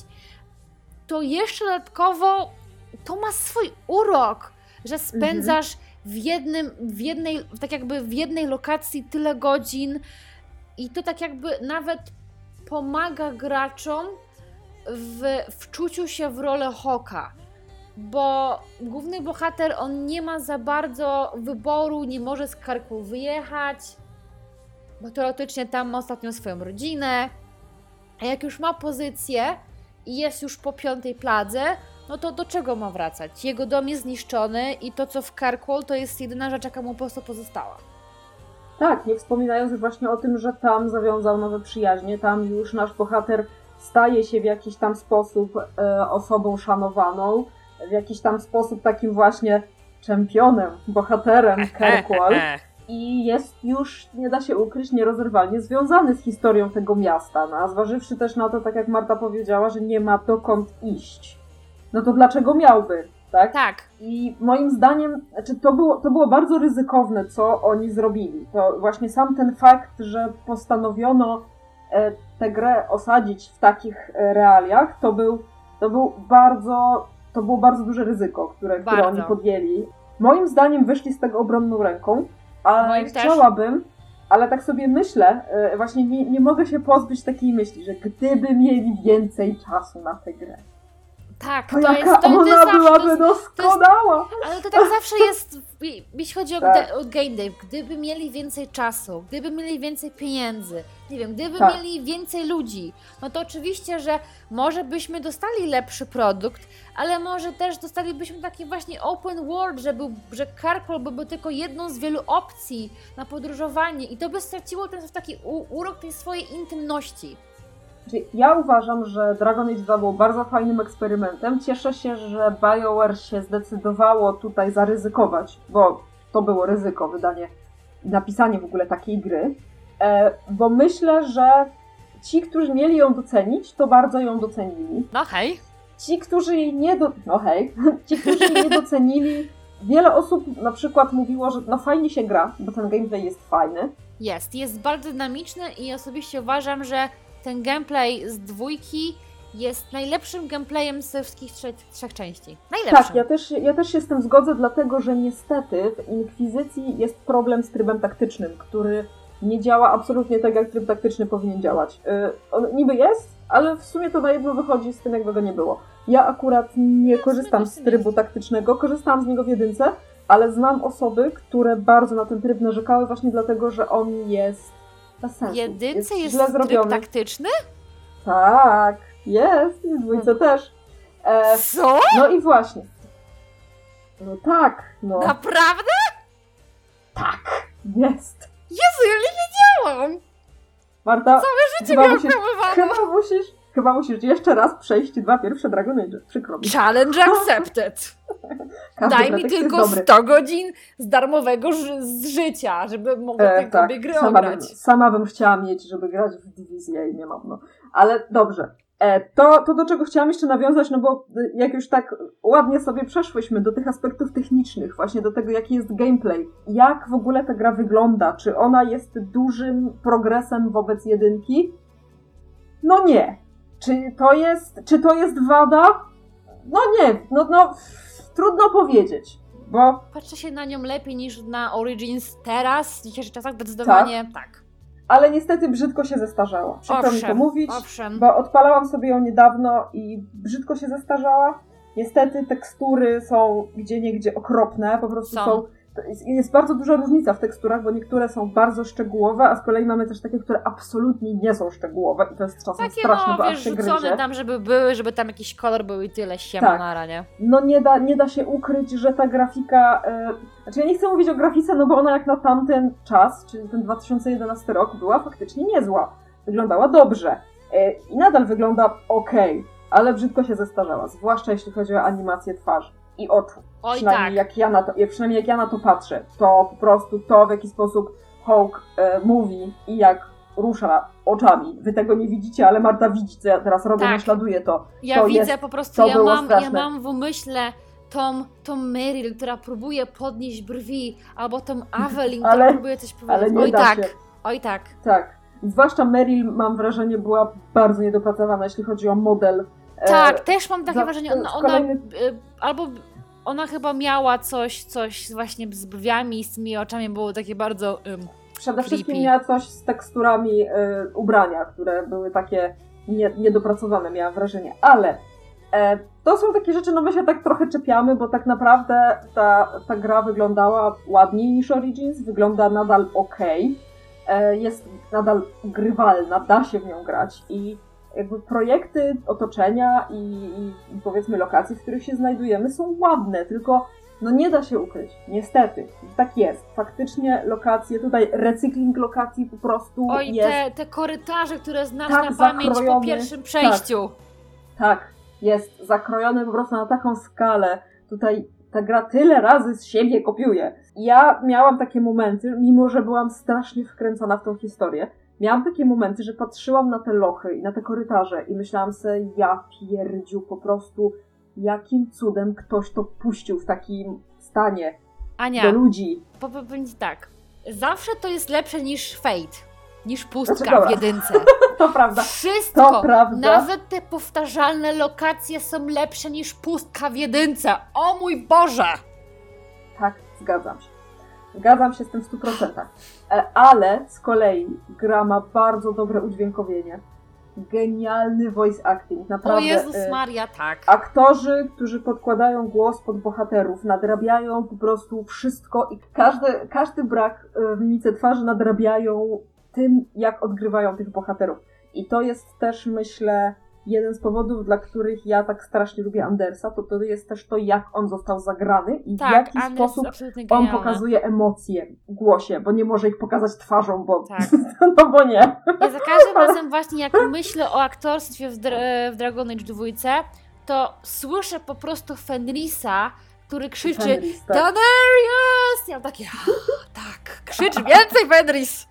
to jeszcze dodatkowo to ma swój urok, że spędzasz w jednym, w jednej, tak jakby w jednej lokacji tyle godzin i to tak jakby nawet pomaga graczom w wczuciu się w rolę Hawka, bo główny bohater, on nie ma za bardzo wyboru, nie może z Kirkwall wyjechać, bo teoretycznie tam ma ostatnio swoją rodzinę, a jak już ma pozycję i jest już po piątej pladze, no to do czego ma wracać? Jego dom jest zniszczony i to, co w Kirkwall, to jest jedyna rzecz, jaka mu po prostu pozostała. Tak, nie wspominając już właśnie o tym, że tam zawiązał nowe przyjaźnie, tam już nasz bohater staje się w jakiś tam sposób e, osobą szanowaną, w jakiś tam sposób takim właśnie czempionem, bohaterem Kirkwall i jest już, nie da się ukryć, nierozerwalnie związany z historią tego miasta. No, a zważywszy też na to, tak jak Marta powiedziała, że nie ma dokąd iść, no to dlaczego miałby, tak? Tak. I moim zdaniem, znaczy to było, to było bardzo ryzykowne, co oni zrobili. To właśnie sam ten fakt, że postanowiono e, tę grę osadzić w takich e, realiach, to był, to był bardzo, to było bardzo duże ryzyko, które, które oni podjęli. Moim zdaniem wyszli z tego obronną ręką, ale Moim chciałabym, też. ale tak sobie myślę, e, właśnie nie, nie mogę się pozbyć takiej myśli, że gdyby mieli więcej czasu na tę grę, Tak, to, to jaka jest, to, ona to jest zawsze, byłaby to jest, doskonała! to jest, ale to tak zawsze jest, jeśli chodzi o, Tak. gde, o game dev. Gdyby mieli więcej czasu, gdyby mieli więcej pieniędzy, nie wiem, gdyby Tak. mieli więcej ludzi, no to oczywiście, że może byśmy dostali lepszy produkt, ale może też dostalibyśmy taki właśnie open world, że, był, że Kirkwall byłby tylko jedną z wielu opcji na podróżowanie i to by straciło ten taki u, urok tej swojej intymności. Ja uważam, że Dragon Age dwa było bardzo fajnym eksperymentem. Cieszę się, że BioWare się zdecydowało tutaj zaryzykować, bo to było ryzyko, wydanie i napisanie w ogóle takiej gry, e, bo myślę, że ci, którzy mieli ją docenić, to bardzo ją docenili. No hej. ci, którzy jej nie do... no hej, ci, którzy jej nie docenili, wiele osób na przykład mówiło, że no fajnie się gra, bo ten gameplay jest fajny. Jest, jest bardzo dynamiczny i osobiście uważam, że ten gameplay z dwójki jest najlepszym gameplayem ze wszystkich trzech, trzech części. Najlepszym. Tak, ja też, ja też się z tym zgodzę, dlatego że niestety w Inkwizycji jest problem z trybem taktycznym, który nie działa absolutnie tak, jak tryb taktyczny powinien działać. Yy, on niby jest, ale w sumie to na jedno wychodzi z tym, jakby go nie było. Ja akurat nie korzystam z trybu taktycznego, korzystałam z niego w jedynce, ale znam osoby, które bardzo na ten tryb narzekały właśnie dlatego, że on jest bez sensu. W jedynce jest, jest źle tryb zrobiony. taktyczny? Tak, jest, i w dwójce też. E, Co? no i właśnie. No tak, no. Naprawdę? Tak, jest. Jezu, ja nie wiedziałam! Marta, Całe życie chyba miałam musisz, próbowane. chyba musisz, chyba musisz jeszcze raz przejść dwa pierwsze Dragon Age. Przykro mi. Challenge accepted. Każdy Daj mi pretekst jest tylko dobry. sto godzin z darmowego ży- z życia, żeby mogła E, te tak, sobie gry sama bym, ograć. sama bym chciała mieć, żeby grać w dywizję i nie mam, no. Ale dobrze. E, to, to, do czego chciałam jeszcze nawiązać, no bo y, jak już tak ładnie sobie przeszłyśmy do tych aspektów technicznych, właśnie do tego, jaki jest gameplay, jak w ogóle ta gra wygląda, czy ona jest dużym progresem wobec jedynki? No nie. Czy to jest, czy to jest wada? No nie, no, no trudno powiedzieć, bo Patrzę się na nią lepiej niż na Origins teraz, w dzisiejszych czasach zdecydowanie tak. tak. ale niestety brzydko się zestarzała. Przykro mi to mówić, owszem. bo odpalałam sobie ją niedawno i brzydko się zestarzała. Niestety tekstury są gdzieniegdzie okropne, po prostu Są. są... jest, jest bardzo duża różnica w teksturach, bo niektóre są bardzo szczegółowe, a z kolei mamy też takie, które absolutnie nie są szczegółowe i to jest czasem Takie straszne, no, bo aż wiesz, się rzucone gryzie. tam, żeby były, żeby tam jakiś kolor był i tyle, siema Tak. nara, nie? No nie da, nie da się ukryć, że ta grafika... E, znaczy ja nie chcę mówić o grafice, no bo ona jak na tamten czas, czyli ten dwa tysiące jedenasty rok, była faktycznie niezła. Wyglądała dobrze. E, I nadal wygląda okej, ale brzydko się zestarzała. Zwłaszcza jeśli chodzi o animację twarzy i oczu. Oj Przynajmniej, tak. jak ja na to, przynajmniej jak ja na to patrzę, to po prostu to, w jaki sposób Hawk e, mówi i jak rusza oczami. Wy tego nie widzicie, ale Marta widzi, co ja teraz robię, Tak. naśladuję to. Ja to widzę jest, po prostu, to ja było mam, ja straszne. mam w umyśle tą, tą Meryl, która próbuje podnieść brwi, albo tą Evelyn, Ale- która próbuje coś powiedzieć. ale nie Oj da tak, się. oj tak. Tak. Zwłaszcza Meryl, mam wrażenie, była bardzo niedopracowana, jeśli chodzi o model. Tak, E, też mam takie za- wrażenie, to ona, jest ona kolejny- y, albo ona chyba miała coś, coś właśnie z brwiami i z tymi oczami, było takie bardzo... Ym, Przede wszystkim creepy. miała coś z teksturami e, ubrania, które były takie nie, niedopracowane, miałam wrażenie. Ale e, to są takie rzeczy, no my się tak trochę czepiamy, bo tak naprawdę ta, ta gra wyglądała ładniej niż Origins, wygląda nadal okej, e, jest nadal grywalna, da się w nią grać i jakby projekty otoczenia i, i, i powiedzmy lokacje, w których się znajdujemy, są ładne, tylko no nie da się ukryć, niestety, tak jest. Faktycznie lokacje, tutaj recykling lokacji po prostu Oj, jest, te, te korytarze, które znasz tak na pamięć po zakrojony. pierwszym przejściu. tak, jest zakrojony po prostu na taką skalę. Tutaj ta gra tyle razy z siebie kopiuje. Ja miałam takie momenty, mimo że byłam strasznie wkręcona w tą historię, miałam takie momenty, że patrzyłam na te lochy i na te korytarze i myślałam sobie, ja pierdziu, po prostu jakim cudem ktoś to puścił w takim stanie Ania, do ludzi. po- po- powiem ci tak, zawsze to jest lepsze niż Fate, niż pustka Znaczy, dobra. w jedynce. To prawda. Wszystko, To prawda. nawet te powtarzalne lokacje są lepsze niż pustka w jedynce. O mój Boże! Tak, zgadzam się. Zgadzam się z tym w stu procentach. E, Ale z kolei gra ma bardzo dobre udźwiękowienie. Genialny voice acting. Naprawdę. O Jezus e, Maria, tak. Aktorzy, którzy podkładają głos pod bohaterów, nadrabiają po prostu wszystko i każdy, każdy brak e, w mimice twarzy nadrabiają tym, jak odgrywają tych bohaterów. I to jest też, myślę, jeden z powodów, dla których ja tak strasznie lubię Andersa, to to jest też to, jak on został zagrany i w Tak, jaki Anders sposób jest absolutnie on genialny. pokazuje emocje w głosie, bo nie może ich pokazać twarzą, bo, Tak. no bo nie. Ja za każdym razem właśnie jak myślę o aktorstwie w, Dra- w Dragon Age dwa, to słyszę po prostu Fenrisa, który krzyczy Fenris, tak. Daenerys! Ja takie, tak, krzycz więcej Fenris!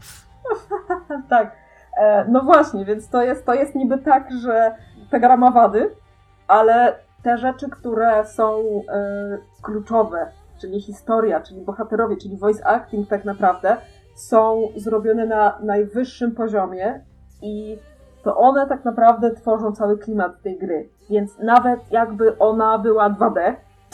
Tak. E, no właśnie, więc to jest, to jest niby tak, że ta gra ma wady, ale te rzeczy, które są y, kluczowe, czyli historia, czyli bohaterowie, czyli voice acting tak naprawdę, są zrobione na najwyższym poziomie i to one tak naprawdę tworzą cały klimat tej gry. Więc nawet jakby ona była dwa D,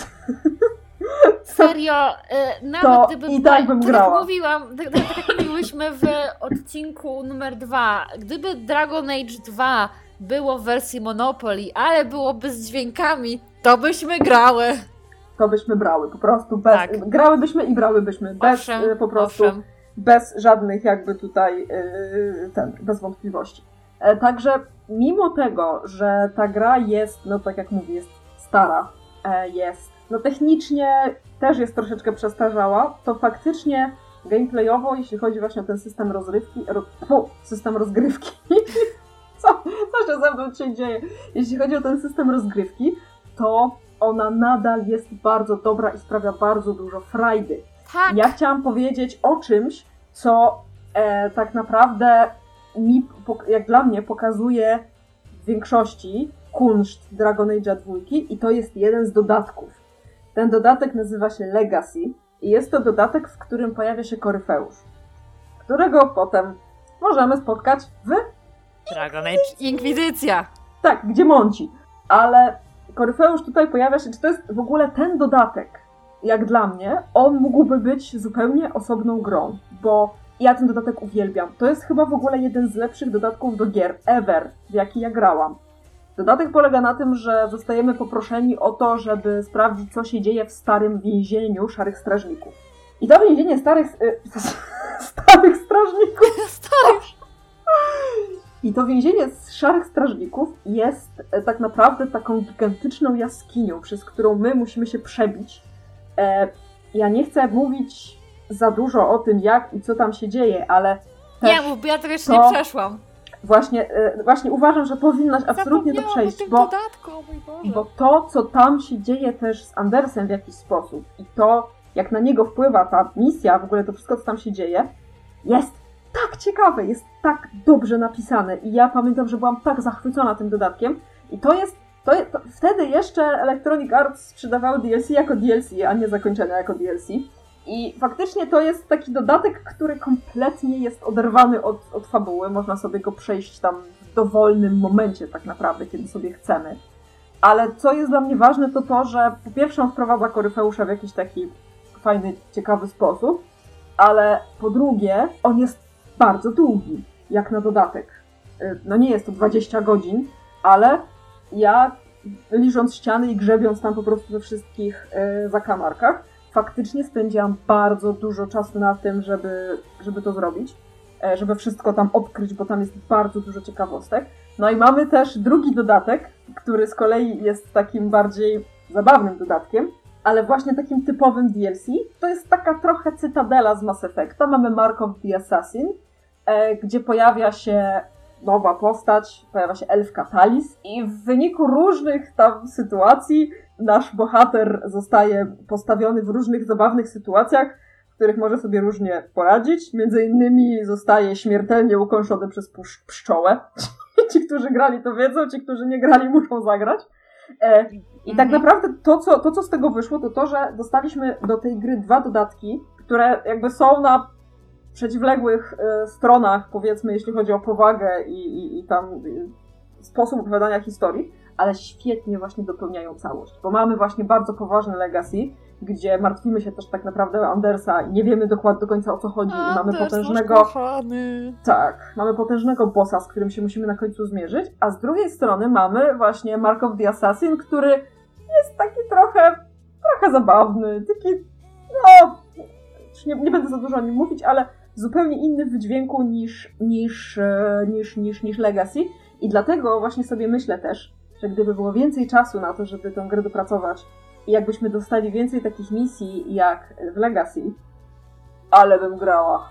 serio, y, nawet to gdyby... i tak bym tak grała. Jak mówiłam, tak, tak jak mówiłyśmy w odcinku numer dwa, gdyby Dragon Age dwa było w wersji Monopoly, ale byłoby z dźwiękami, to byśmy grały. To byśmy brały, po prostu bez... Tak. Grałybyśmy i brałybyśmy, bez Owszem, y, po prostu... owszem. Bez żadnych jakby tutaj yy, ten, bez wątpliwości. E, także mimo tego, że ta gra jest, no tak jak mówię, jest stara, e, jest, no technicznie też jest troszeczkę przestarzała, to faktycznie gameplayowo, jeśli chodzi właśnie o ten system rozrywki, ro, fu, system rozgrywki, co, co się ze mną się dzieje? Jeśli chodzi o ten system rozgrywki, to ona nadal jest bardzo dobra i sprawia bardzo dużo frajdy. Tak. Ja chciałam powiedzieć o czymś, co e, tak naprawdę mi, jak dla mnie, pokazuje w większości kunszt Dragon Age'a dwa i to jest jeden z dodatków. Ten dodatek nazywa się Legacy i jest to dodatek, w którym pojawia się Koryfeusz, którego potem możemy spotkać w Dragon Age Inkwizycja. Tak, gdzie mąci. Ale Koryfeusz tutaj pojawia się, czy to jest w ogóle ten dodatek? Jak dla mnie, on mógłby być zupełnie osobną grą, bo ja ten dodatek uwielbiam. To jest chyba w ogóle jeden z lepszych dodatków do gier ever, w jaki ja grałam. Dodatek polega na tym, że zostajemy poproszeni o to, żeby sprawdzić, co się dzieje w starym więzieniu Szarych Strażników. I to więzienie starych... Y, starych strażników... Starych... I to więzienie z Szarych Strażników jest tak naprawdę taką gigantyczną jaskinią, przez którą my musimy się przebić. E, ja nie chcę mówić za dużo o tym, jak i co tam się dzieje, ale Nie mów, bo ja tego jeszcze to nie przeszłam. Właśnie, e, właśnie uważam, że powinnaś absolutnie to przejść, bo, dodatku, o mój Boże. bo to, co tam się dzieje też z Andersem w jakiś sposób i to, jak na niego wpływa ta misja, w ogóle to wszystko, co tam się dzieje, jest tak ciekawe, jest tak dobrze napisane i ja pamiętam, że byłam tak zachwycona tym dodatkiem i to jest To, to wtedy jeszcze Electronic Arts sprzedawały D L C jako D L C, a nie zakończenia jako D L C. I faktycznie to jest taki dodatek, który kompletnie jest oderwany od, od fabuły. Można sobie go przejść tam w dowolnym momencie tak naprawdę, kiedy sobie chcemy. Ale co jest dla mnie ważne, to to, że po pierwsze on wprowadza Koryfeusza w jakiś taki fajny, ciekawy sposób, ale po drugie on jest bardzo długi, jak na dodatek. No nie jest to dwadzieścia godzin, ale ja, liżąc ściany i grzebiąc tam po prostu we wszystkich y, zakamarkach, faktycznie spędziłam bardzo dużo czasu na tym, żeby, żeby to zrobić, y, żeby wszystko tam odkryć, bo tam jest bardzo dużo ciekawostek. No i mamy też drugi dodatek, który z kolei jest takim bardziej zabawnym dodatkiem, ale właśnie takim typowym D L C. To jest taka trochę cytadela z Mass Effecta. Mamy Mark of the Assassin, y, gdzie pojawia się nowa postać, pojawia się elfka Talis i w wyniku różnych tam sytuacji nasz bohater zostaje postawiony w różnych zabawnych sytuacjach, w których może sobie różnie poradzić. Między innymi zostaje śmiertelnie ukąszony przez pusz- pszczołę. Ci, którzy grali, to wiedzą, ci, którzy nie grali, muszą zagrać. E, I tak naprawdę to co, to, co z tego wyszło, to to, że dostaliśmy do tej gry dwa dodatki, które jakby są na przeciwległych y, stronach, powiedzmy, jeśli chodzi o powagę i, i, i tam y, sposób opowiadania historii, ale świetnie właśnie dopełniają całość. Bo mamy właśnie bardzo poważny Legacy, gdzie martwimy się też tak naprawdę o Andersa i nie wiemy dokładnie do końca o co chodzi. Anders, i mamy potężnego. kochany. Tak, mamy potężnego bossa, z którym się musimy na końcu zmierzyć, a z drugiej strony mamy właśnie Mark of the Assassin, który jest taki trochę, trochę zabawny, taki, no, nie, nie będę za dużo o nim mówić, ale zupełnie inny w wydźwięku niż, niż, niż, niż, niż Legacy. I dlatego właśnie sobie myślę też, że gdyby było więcej czasu na to, żeby tę grę dopracować i jakbyśmy dostali więcej takich misji jak w Legacy, ale bym grała.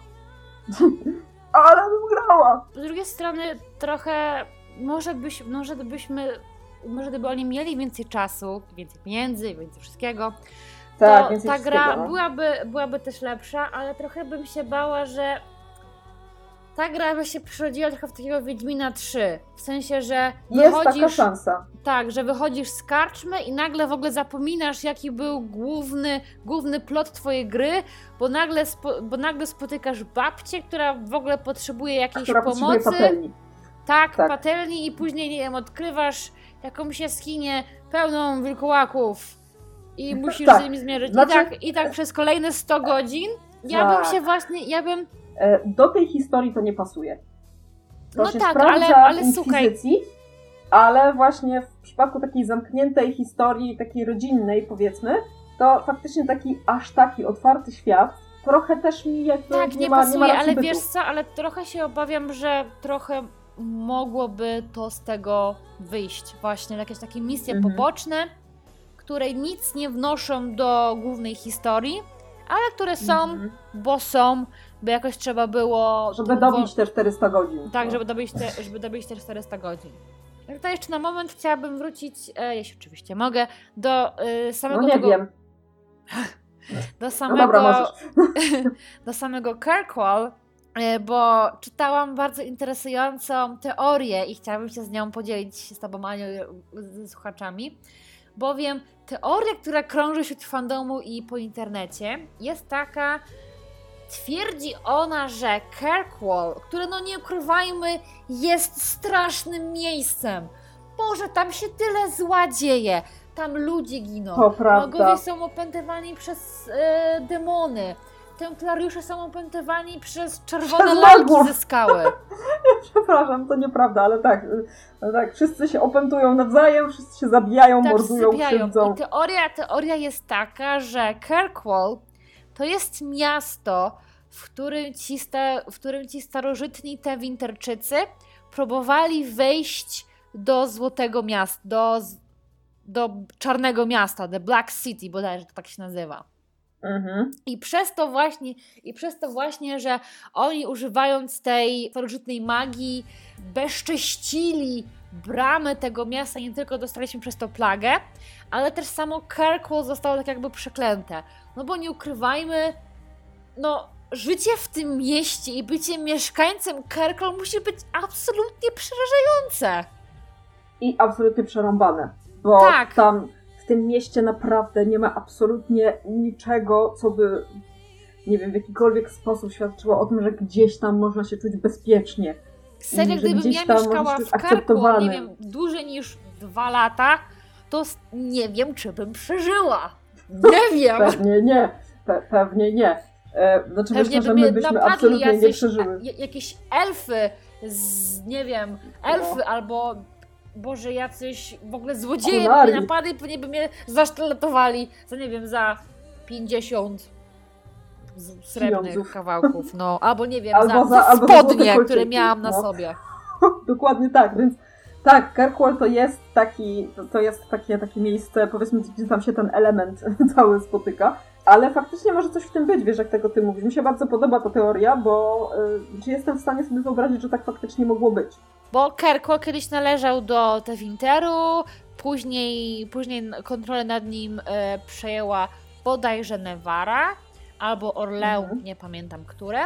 ale bym grała! Z drugiej strony trochę, może, byś, może byśmy, może gdyby oni mieli więcej czasu, więcej pieniędzy, więcej wszystkiego, Tak, to ta gra no. byłaby, byłaby też lepsza, ale trochę bym się bała, że ta gra by się przerodziła trochę w takiego Wiedźmina trzy. W sensie, że jest wychodzisz... taka szansa. Tak, że wychodzisz z karczmy i nagle w ogóle zapominasz, jaki był główny, główny plot twojej gry, bo nagle, spo, bo nagle spotykasz babcię, która w ogóle potrzebuje jakiejś która pomocy. Patelni. Tak, tak, patelni i później, nie wiem, odkrywasz jakąś jaskinię pełną wilkołaków i musisz tak. z nimi zmierzyć. Znaczy... I, tak, I tak przez kolejne sto godzin ja tak. bym się właśnie, ja bym... Do tej historii to nie pasuje. To no się tak, sprawdza ale, ale w słuchaj... ale właśnie w przypadku takiej zamkniętej historii, takiej rodzinnej powiedzmy, to faktycznie taki aż taki otwarty świat trochę też mi jakby tak, nie, nie ma, pasuje, nie ma ale bytu. wiesz co, ale trochę się obawiam, że trochę mogłoby to z tego wyjść. Właśnie jakieś takie misje mhm. poboczne, które nic nie wnoszą do głównej historii, ale które są, mhm. bo są, by jakoś trzeba było... Żeby dobić te czterysta godzin. Tak, no. żeby, dobić te, żeby dobić te czterysta godzin. To jeszcze na moment chciałabym wrócić, e, jeśli oczywiście mogę, do e, samego No nie tego... wiem. Do samego... No dobra, możesz. do samego Kirkwall, e, bo czytałam bardzo interesującą teorię i chciałabym się z nią podzielić z tobą, Aniu, ze słuchaczami. Bowiem teoria, która krąży wśród fandomu i po internecie, jest taka, twierdzi ona, że Kirkwall, które no nie ukrywajmy, jest strasznym miejscem. Boże, tam się tyle zła dzieje, tam ludzie giną, to prawda. magowie są opętywani przez e, demony, templariusze są opętywani przez czerwone Przez lalki magów. ze skały. Przepraszam, to nieprawda, ale tak, tak, wszyscy się opętują nawzajem, wszyscy się zabijają, tak, mordują, krzywdzą. I teoria, teoria jest taka, że Kirkwall to jest miasto, w którym ci, sta, w którym ci starożytni Tewinterczycy próbowali wejść do Złotego Miasta, do, do Czarnego Miasta, The Black City, bodajże to tak się nazywa. Mhm. I przez to właśnie, i przez to właśnie, że oni używając tej starożytnej magii bezcześcili bramy tego miasta, nie tylko dostaliśmy przez to plagę, ale też samo Kirkwall zostało tak jakby przeklęte. No bo nie ukrywajmy, no życie w tym mieście i bycie mieszkańcem Kirkwall musi być absolutnie przerażające. I absolutnie przerąbane, bo tak. tam w tym mieście naprawdę nie ma absolutnie niczego, co by, nie wiem, w jakikolwiek sposób świadczyło o tym, że gdzieś tam można się czuć bezpiecznie. Serio, gdybym ja mieszkała w Kirkwall, nie wiem, dłużej niż dwa lata, to nie wiem, czy bym przeżyła. Nie wiem. Pewnie nie. Pe- pewnie nie. E, znaczy pewnie myślę, że my byśmy absolutnie jacyś, nie przeżyły. A, jakieś elfy z, nie wiem, elfy no. albo... Boże, jacyś w ogóle złodzieje by mnie napadli i pewnie by mnie zasztyletowali za, nie wiem, za pięćdziesiąt srebrnych Pieniądzów. kawałków, no, albo nie wiem, albo za, za spodnie, za które miałam na no. sobie. Dokładnie tak, więc tak, Kirkwall to jest taki, to, to jest takie, takie miejsce, powiedzmy, gdzie tam się ten element cały spotyka, ale faktycznie może coś w tym być, wiesz, jak tego ty mówisz. Mi się bardzo podoba ta teoria, bo y, czy jestem w stanie sobie wyobrazić, że tak faktycznie mogło być. Bo Kirkwall kiedyś należał do Tewinteru, później, później kontrolę nad nim e, przejęła bodajże Nevarra albo Orleans, mhm. nie pamiętam które.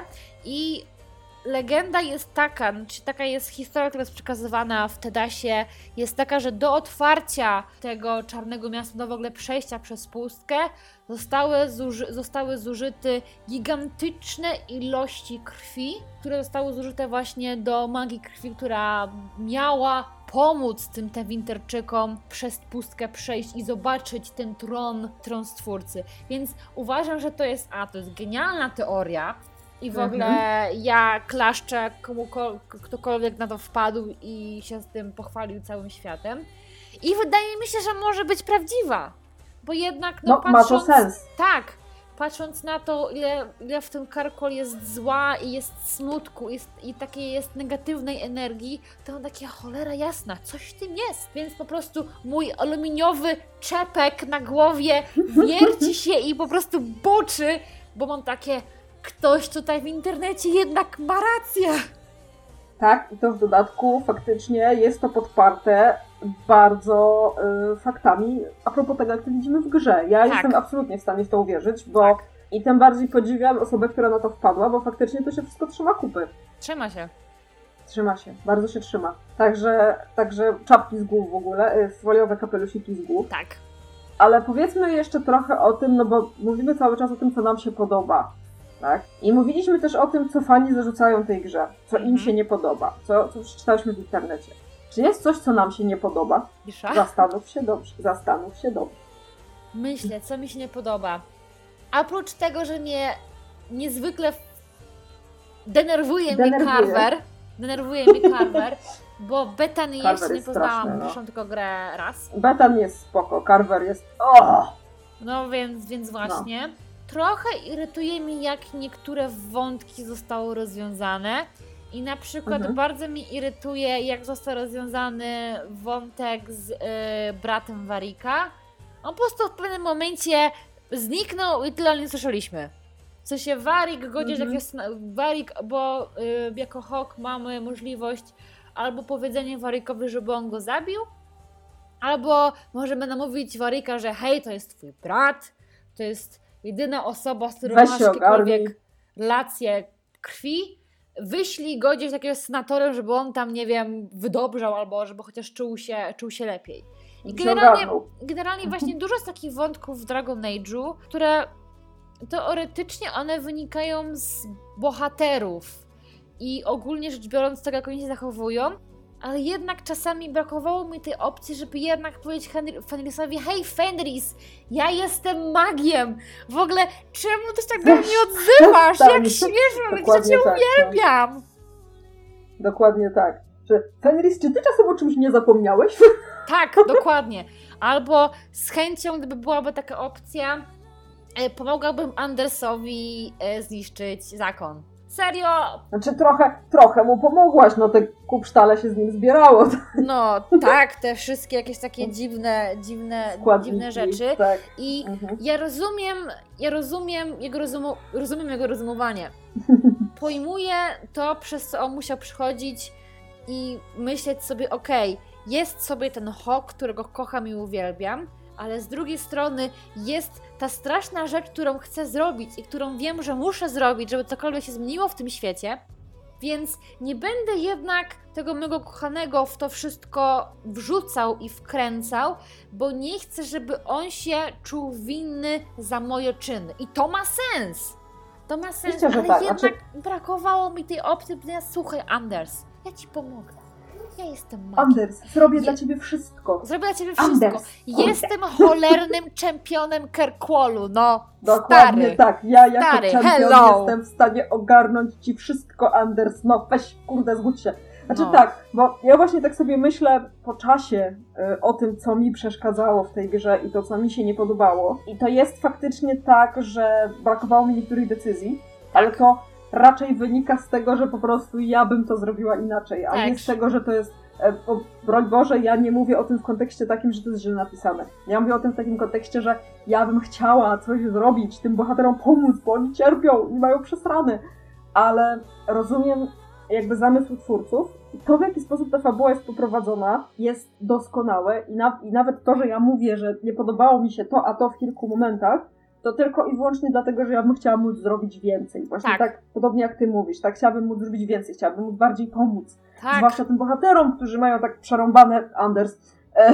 I legenda jest taka, znaczy taka jest historia, która jest przekazywana w Tedasie, jest taka, że do otwarcia tego Czarnego Miasta, do w ogóle przejścia przez pustkę, zostały, zuży- zostały zużyte gigantyczne ilości krwi, które zostały zużyte właśnie do magii krwi, która miała pomóc tym Tewinterczykom przez pustkę przejść i zobaczyć ten tron, tron Stwórcy. Więc uważam, że to jest, a to jest genialna teoria, i w ogóle mhm. ja klaszczę komukolwiek, ktokolwiek na to wpadł i się z tym pochwalił całym światem. I wydaje mi się, że może być prawdziwa. Bo jednak, no, no patrząc... ma to sens. Tak, patrząc na to, ile, ile w tym Kirkwall jest zła i jest smutku jest, i takiej jest negatywnej energii, to mam takie, cholera jasna, coś w tym jest. Więc po prostu mój aluminiowy czepek na głowie wierci się i po prostu boczy, bo mam takie... Ktoś tutaj w internecie jednak ma rację. Tak, i to w dodatku faktycznie jest to podparte bardzo y, faktami a propos tego, jak to widzimy w grze. Ja tak. jestem absolutnie w stanie w to uwierzyć, bo tak. I tym bardziej podziwiam osobę, która na to wpadła, bo faktycznie to się wszystko trzyma kupy. Trzyma się. Trzyma się, bardzo się trzyma. Także, także czapki z głów w ogóle, foliowe kapelusiki z głów. Tak. Ale powiedzmy jeszcze trochę o tym, no bo mówimy cały czas o tym, co nam się podoba. Tak? I mówiliśmy też o tym, co fani zarzucają tej grze, co im Mhm. się nie podoba, co, co przeczytałyśmy w internecie. Czy jest coś, co nam się nie podoba? Cisza? Zastanów się dobrze, zastanów się dobrze. Myślę, co mi się nie podoba. Oprócz tego, że mnie niezwykle f- denerwuje, Denerwuje. mnie Carver, denerwuje mnie Carver, bo Bethany Carver jeszcze nie jest poznałam, straszny, no. przeszłam tylko grę raz. Betan jest spoko, Carver jest... Oh! No więc, więc właśnie. Trochę irytuje mnie, jak niektóre wątki zostały rozwiązane. I na przykład Mhm. bardzo mnie irytuje, jak został rozwiązany wątek z y, bratem Warwicka. On po prostu w pewnym momencie zniknął i tyle nie słyszeliśmy. W sensie Warwick, godzieś Mhm. jak jest Warwick, bo y, jako Hawk mamy możliwość albo powiedzenie Warwickowi, żeby on go zabił, albo możemy namówić Warwicka, że hej, to jest twój brat, to jest jedyna osoba, z którą Weź masz się jakiekolwiek ogarnij. relację krwi. Wyślij go gdzieś jakiegoś senatorem, żeby on tam, nie wiem, wydobrzał albo żeby chociaż czuł się, czuł się lepiej. I Się generalnie, ogarnął. generalnie właśnie dużo jest takich wątków w Dragon Age'u, które teoretycznie one wynikają z bohaterów i ogólnie rzecz biorąc tego, jak oni się zachowują, ale jednak czasami brakowało mi tej opcji, żeby jednak powiedzieć Henry- Fenrisowi: hej Fenris, ja jestem magiem! W ogóle czemu ty się tak do mnie odzywasz? Przestań. Jak śmieszne, jak ja Dokładnie cię tak, uwielbiam! Dokładnie tak. Czy, Fenris, czy ty czasem o czymś nie zapomniałeś? Tak, dokładnie. Albo z chęcią, gdyby byłaby taka opcja, e, pomogłabym Andersowi e, zniszczyć zakon. Serio? Znaczy trochę, trochę mu pomogłaś, no te kupsztale się z nim zbierało. No tak, te wszystkie jakieś takie dziwne, dziwne, Składniki, dziwne rzeczy. Tak. I Mhm. ja rozumiem, ja rozumiem jego, rozumu, rozumiem jego rozumowanie. Pojmuję to, przez co on musiał przychodzić i myśleć sobie, okej, jest sobie ten Hawk, którego kocham i uwielbiam, ale z drugiej strony jest ta straszna rzecz, którą chcę zrobić i którą wiem, że muszę zrobić, żeby cokolwiek się zmieniło w tym świecie, więc nie będę jednak tego mego kochanego w to wszystko wrzucał i wkręcał, bo nie chcę, żeby on się czuł winny za moje czyny. I to ma sens! To ma sens, Oczywiście, że ale tak. jednak Znaczy- brakowało mi tej opcji, powiedzenia: słuchaj Anders, ja ci pomogę. Ja jestem magiem. Anders, zrobię Je- dla ciebie wszystko. Zrobię dla ciebie wszystko. Anders, kurde. Jestem cholernym czempionem Kirkwallu, no. Dokładnie stary. tak. Ja jako Stary, czempion hello. jestem w stanie ogarnąć ci wszystko, Anders. No weź, kurde, zgódź się. Znaczy No. tak, bo ja właśnie tak sobie myślę po czasie y, o tym, co mi przeszkadzało w tej grze i to, co mi się nie podobało. I to jest faktycznie tak, że brakowało mi niektórych decyzji, ale to raczej wynika z tego, że po prostu ja bym to zrobiła inaczej, a Tak. nie z tego, że to jest, e, bo, broń Boże, ja nie mówię o tym w kontekście takim, że to jest źle napisane. Ja mówię o tym w takim kontekście, że ja bym chciała coś zrobić, tym bohaterom pomóc, bo oni cierpią i mają przesrany, ale rozumiem jakby zamysł twórców i to, w jaki sposób ta fabuła jest poprowadzona, jest doskonałe i, na, i nawet to, że ja mówię, że nie podobało mi się to, a to w kilku momentach, to tylko i wyłącznie dlatego, że ja bym chciała móc zrobić więcej. Właśnie Tak. tak, podobnie jak ty mówisz, tak chciałabym móc zrobić więcej, chciałabym móc bardziej pomóc. Tak. Zwłaszcza tym bohaterom, którzy mają tak przerąbane, Anders, e,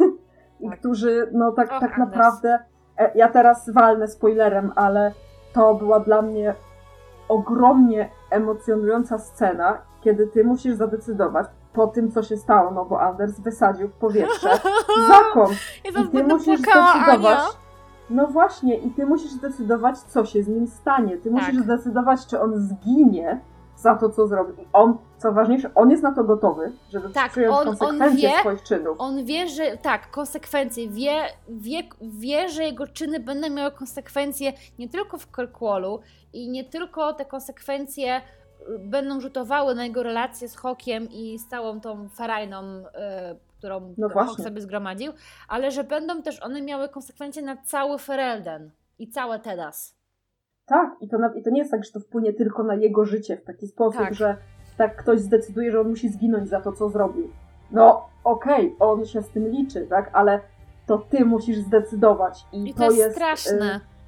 i Tak. którzy, no tak, Och, tak Anders. naprawdę, e, ja teraz walnę spoilerem, ale to była dla mnie ogromnie emocjonująca scena, kiedy ty musisz zadecydować po tym, co się stało, no bo Anders wysadził w powietrze zakon. Ja I zaraz ty będę musisz płakała, zdecydować, Ania. no właśnie, i ty musisz zdecydować, co się z nim stanie. Ty musisz Tak. zdecydować, czy on zginie za to, co zrobi. I on, co ważniejsze, on jest na to gotowy, żeby Tak, przyjąć on- on konsekwencje wie- swoich czynów. On wie, że tak, konsekwencje, wie, wie, wie, że jego czyny będą miały konsekwencje nie tylko w Kirkwallu i nie tylko te konsekwencje y, będą rzutowały na jego relacje z Hawkiem i z całą tą ferajną, y, którą No Hawk właśnie. sobie zgromadził, ale że będą też one miały konsekwencje na cały Ferelden i całe Tedas. Tak, i to, na, i to nie jest tak, że to wpłynie tylko na jego życie w taki sposób, Tak. że tak ktoś zdecyduje, że on musi zginąć za to, co zrobił. No okej, on się z tym liczy, tak, ale to ty musisz zdecydować. I, I to, jest jest straszne. y,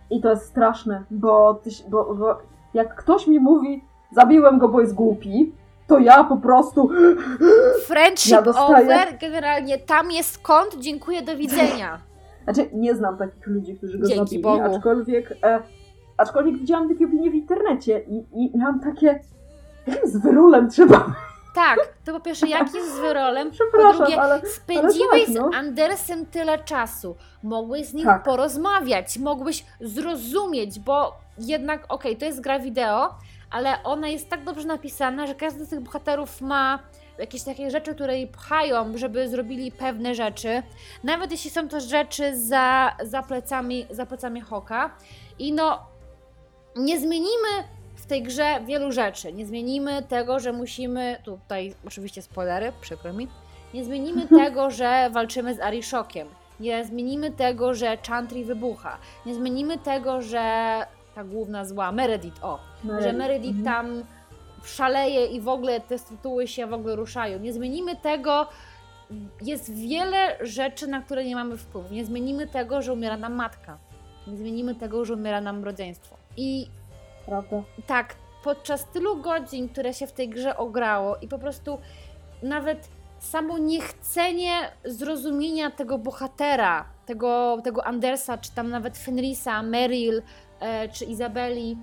I to jest straszne, bo, ty, bo, bo jak ktoś mi mówi, zabiłem go, bo jest głupi, to ja po prostu... Friendship ja dostaję... over, generalnie tam jest kąt, dziękuję, do widzenia. Znaczy, nie znam takich ludzi, którzy go Dzięki zabili, Bogu. aczkolwiek, e, aczkolwiek widziałam takie opinie w internecie i, i miałam takie, jakim z wyrolem trzeba... Tak, to po pierwsze, jakim z wyrolem, Przepraszam, po drugie, ale, spędziłeś ale tak, no. z Andersem tyle czasu, mogłeś z nim tak. porozmawiać, mogłeś zrozumieć, bo jednak, okej, okay, to jest gra wideo, ale ona jest tak dobrze napisana, że każdy z tych bohaterów ma jakieś takie rzeczy, które jej pchają, żeby zrobili pewne rzeczy, nawet jeśli są to rzeczy za, za plecami, za plecami Hawka. I no, nie zmienimy w tej grze wielu rzeczy. Nie zmienimy tego, że musimy, tutaj oczywiście spoilery, przykro mi, nie zmienimy tego, że walczymy z Arishokiem. Nie zmienimy tego, że Chantry wybucha. Nie zmienimy tego, że ta główna zła, Meredith, o, Meredith. że Meredith mhm. tam szaleje i w ogóle te tytuły się w ogóle ruszają. Nie zmienimy tego, jest wiele rzeczy, na które nie mamy wpływu. Nie zmienimy tego, że umiera nam matka. Nie zmienimy tego, że umiera nam rodzeństwo. I Prawda. tak, podczas tylu godzin, które się w tej grze ograło i po prostu nawet samo niechcenie zrozumienia tego bohatera, tego, tego Andersa, czy tam nawet Fenrisa, Meryl, e, czy Izabeli,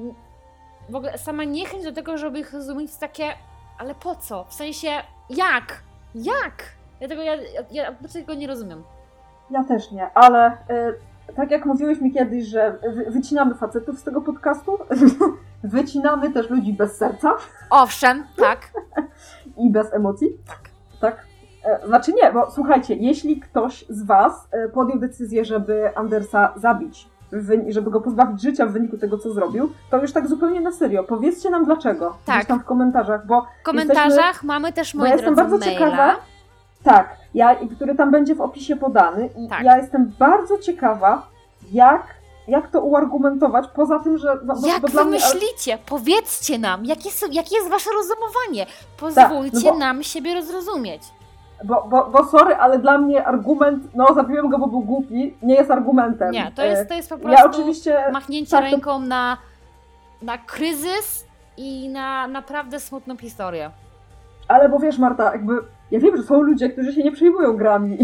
w ogóle sama niechęć do tego, żeby ich rozumieć, jest takie, ale po co? W sensie, jak? Jak? Ja tego, ja, ja, ja tego nie rozumiem. Ja też nie, ale y, tak jak mówiłeś mi kiedyś, że wy, wycinamy facetów z tego podcastu, wycinamy też ludzi bez serca. Owszem, tak. I bez emocji. Tak. Tak. E, znaczy nie, bo słuchajcie, jeśli ktoś z was e, podjął decyzję, żeby Andersa zabić, żeby go pozbawić życia w wyniku tego, co zrobił, to już tak zupełnie na serio. Powiedzcie nam dlaczego. Tak. Gdzieś tam w komentarzach, bo w komentarzach jesteśmy, mamy też, moi bo ja jestem drodzy, bardzo maila. Ciekawa, tak, ja, który tam będzie w opisie podany i tak. ja jestem bardzo ciekawa, jak, jak to uargumentować, poza tym, że... No, jak bo wy mnie, myślicie? Ale... Powiedzcie nam, jakie, są, jakie jest wasze rozumowanie. Pozwólcie tak, no bo... nam siebie rozrozumieć. Bo, bo, bo sorry, ale dla mnie argument, no zabiłem go, bo był głupi, nie jest argumentem. Nie, to jest, to jest po prostu ja oczywiście, machnięcie tak, ręką to... na, na kryzys i na naprawdę smutną historię. Ale bo wiesz, Marta, jakby ja wiem, że są ludzie, którzy się nie przejmują grami.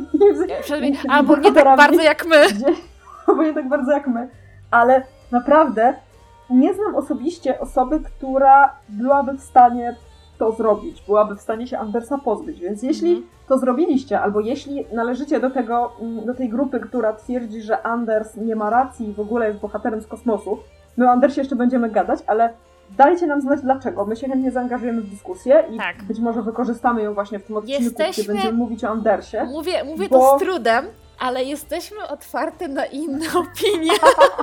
Albo nie tak bardzo jak my. Albo nie tak bardzo jak my. Ale naprawdę nie znam osobiście osoby, która byłaby w stanie to zrobić, byłaby w stanie się Andersa pozbyć, więc jeśli mm. to zrobiliście, albo jeśli należycie do tego, do tej grupy, która twierdzi, że Anders nie ma racji i w ogóle jest bohaterem z kosmosu, my o Andersie jeszcze będziemy gadać, ale dajcie nam znać dlaczego, my się chętnie zaangażujemy w dyskusję i tak. być może wykorzystamy ją właśnie w tym odcinku, jesteśmy... gdzie będziemy mówić o Andersie. Mówię, mówię bo... to z trudem, ale jesteśmy otwarte na inne opinie.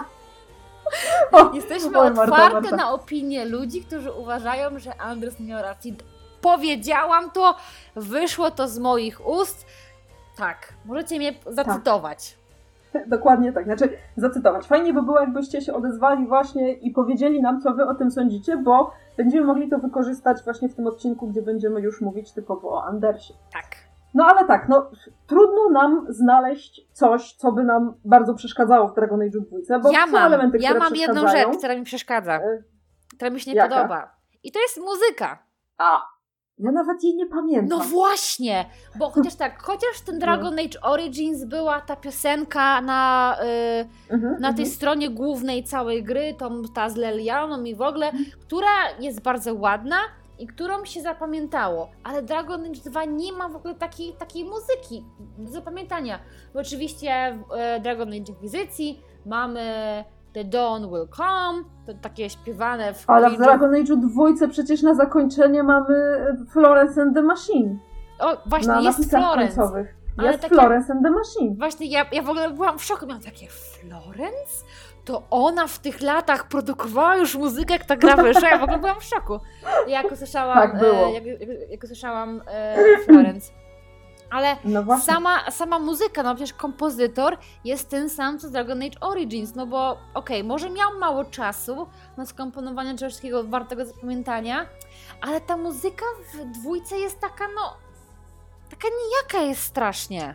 Jesteśmy Oj, otwarte Marta, Marta. na opinie ludzi, którzy uważają, że Anders nie miał racji. Powiedziałam to, wyszło to z moich ust. Tak, możecie mnie zacytować. Tak. Dokładnie tak, znaczy zacytować. Fajnie by było, jakbyście się odezwali właśnie i powiedzieli nam, co wy o tym sądzicie, bo będziemy mogli to wykorzystać właśnie w tym odcinku, gdzie będziemy już mówić typowo o Andersie. Tak. No ale tak, no trudno nam znaleźć coś, co by nam bardzo przeszkadzało w Dragon Age dwa, bo ja są mam, elementy, ja które mam jedną rzecz, która mi przeszkadza, y- która mi się nie jaka? podoba. I to jest muzyka. A, ja nawet jej nie pamiętam. No właśnie, bo chociaż tak, chociaż ten Dragon Age Origins była ta piosenka na, y, mm-hmm, na tej mm-hmm. stronie głównej całej gry, tą, ta z Lelianą i w ogóle, mm. która jest bardzo ładna, i którą się zapamiętało, ale Dragon Age dwa nie ma w ogóle takiej, takiej muzyki do zapamiętania. Bo oczywiście w e, Dragon Age Inquisicji mamy The Dawn Will Come, to takie śpiewane w Ale w Dragon Age dwa przecież na zakończenie mamy Florence and the Machine. O, właśnie, na jest Florence. Końcowych. Ale jest takie, Florence and the Machine. Właśnie, ja, ja w ogóle byłam w szoku, miałam takie, Florence? To ona w tych latach produkowała już muzykę, jak ta gra wyszła, ja w ogóle byłam w szoku. Jak usłyszałam, tak było. E, jak, jak, jak usłyszałam e, Florence. Ale no sama, sama muzyka, no przecież kompozytor jest ten sam co Dragon Age Origins, no bo okej, okay, może miał mało czasu na skomponowanie czegoś takiego wartego zapamiętania, ale ta muzyka w dwójce jest taka, no, taka nijaka jest strasznie.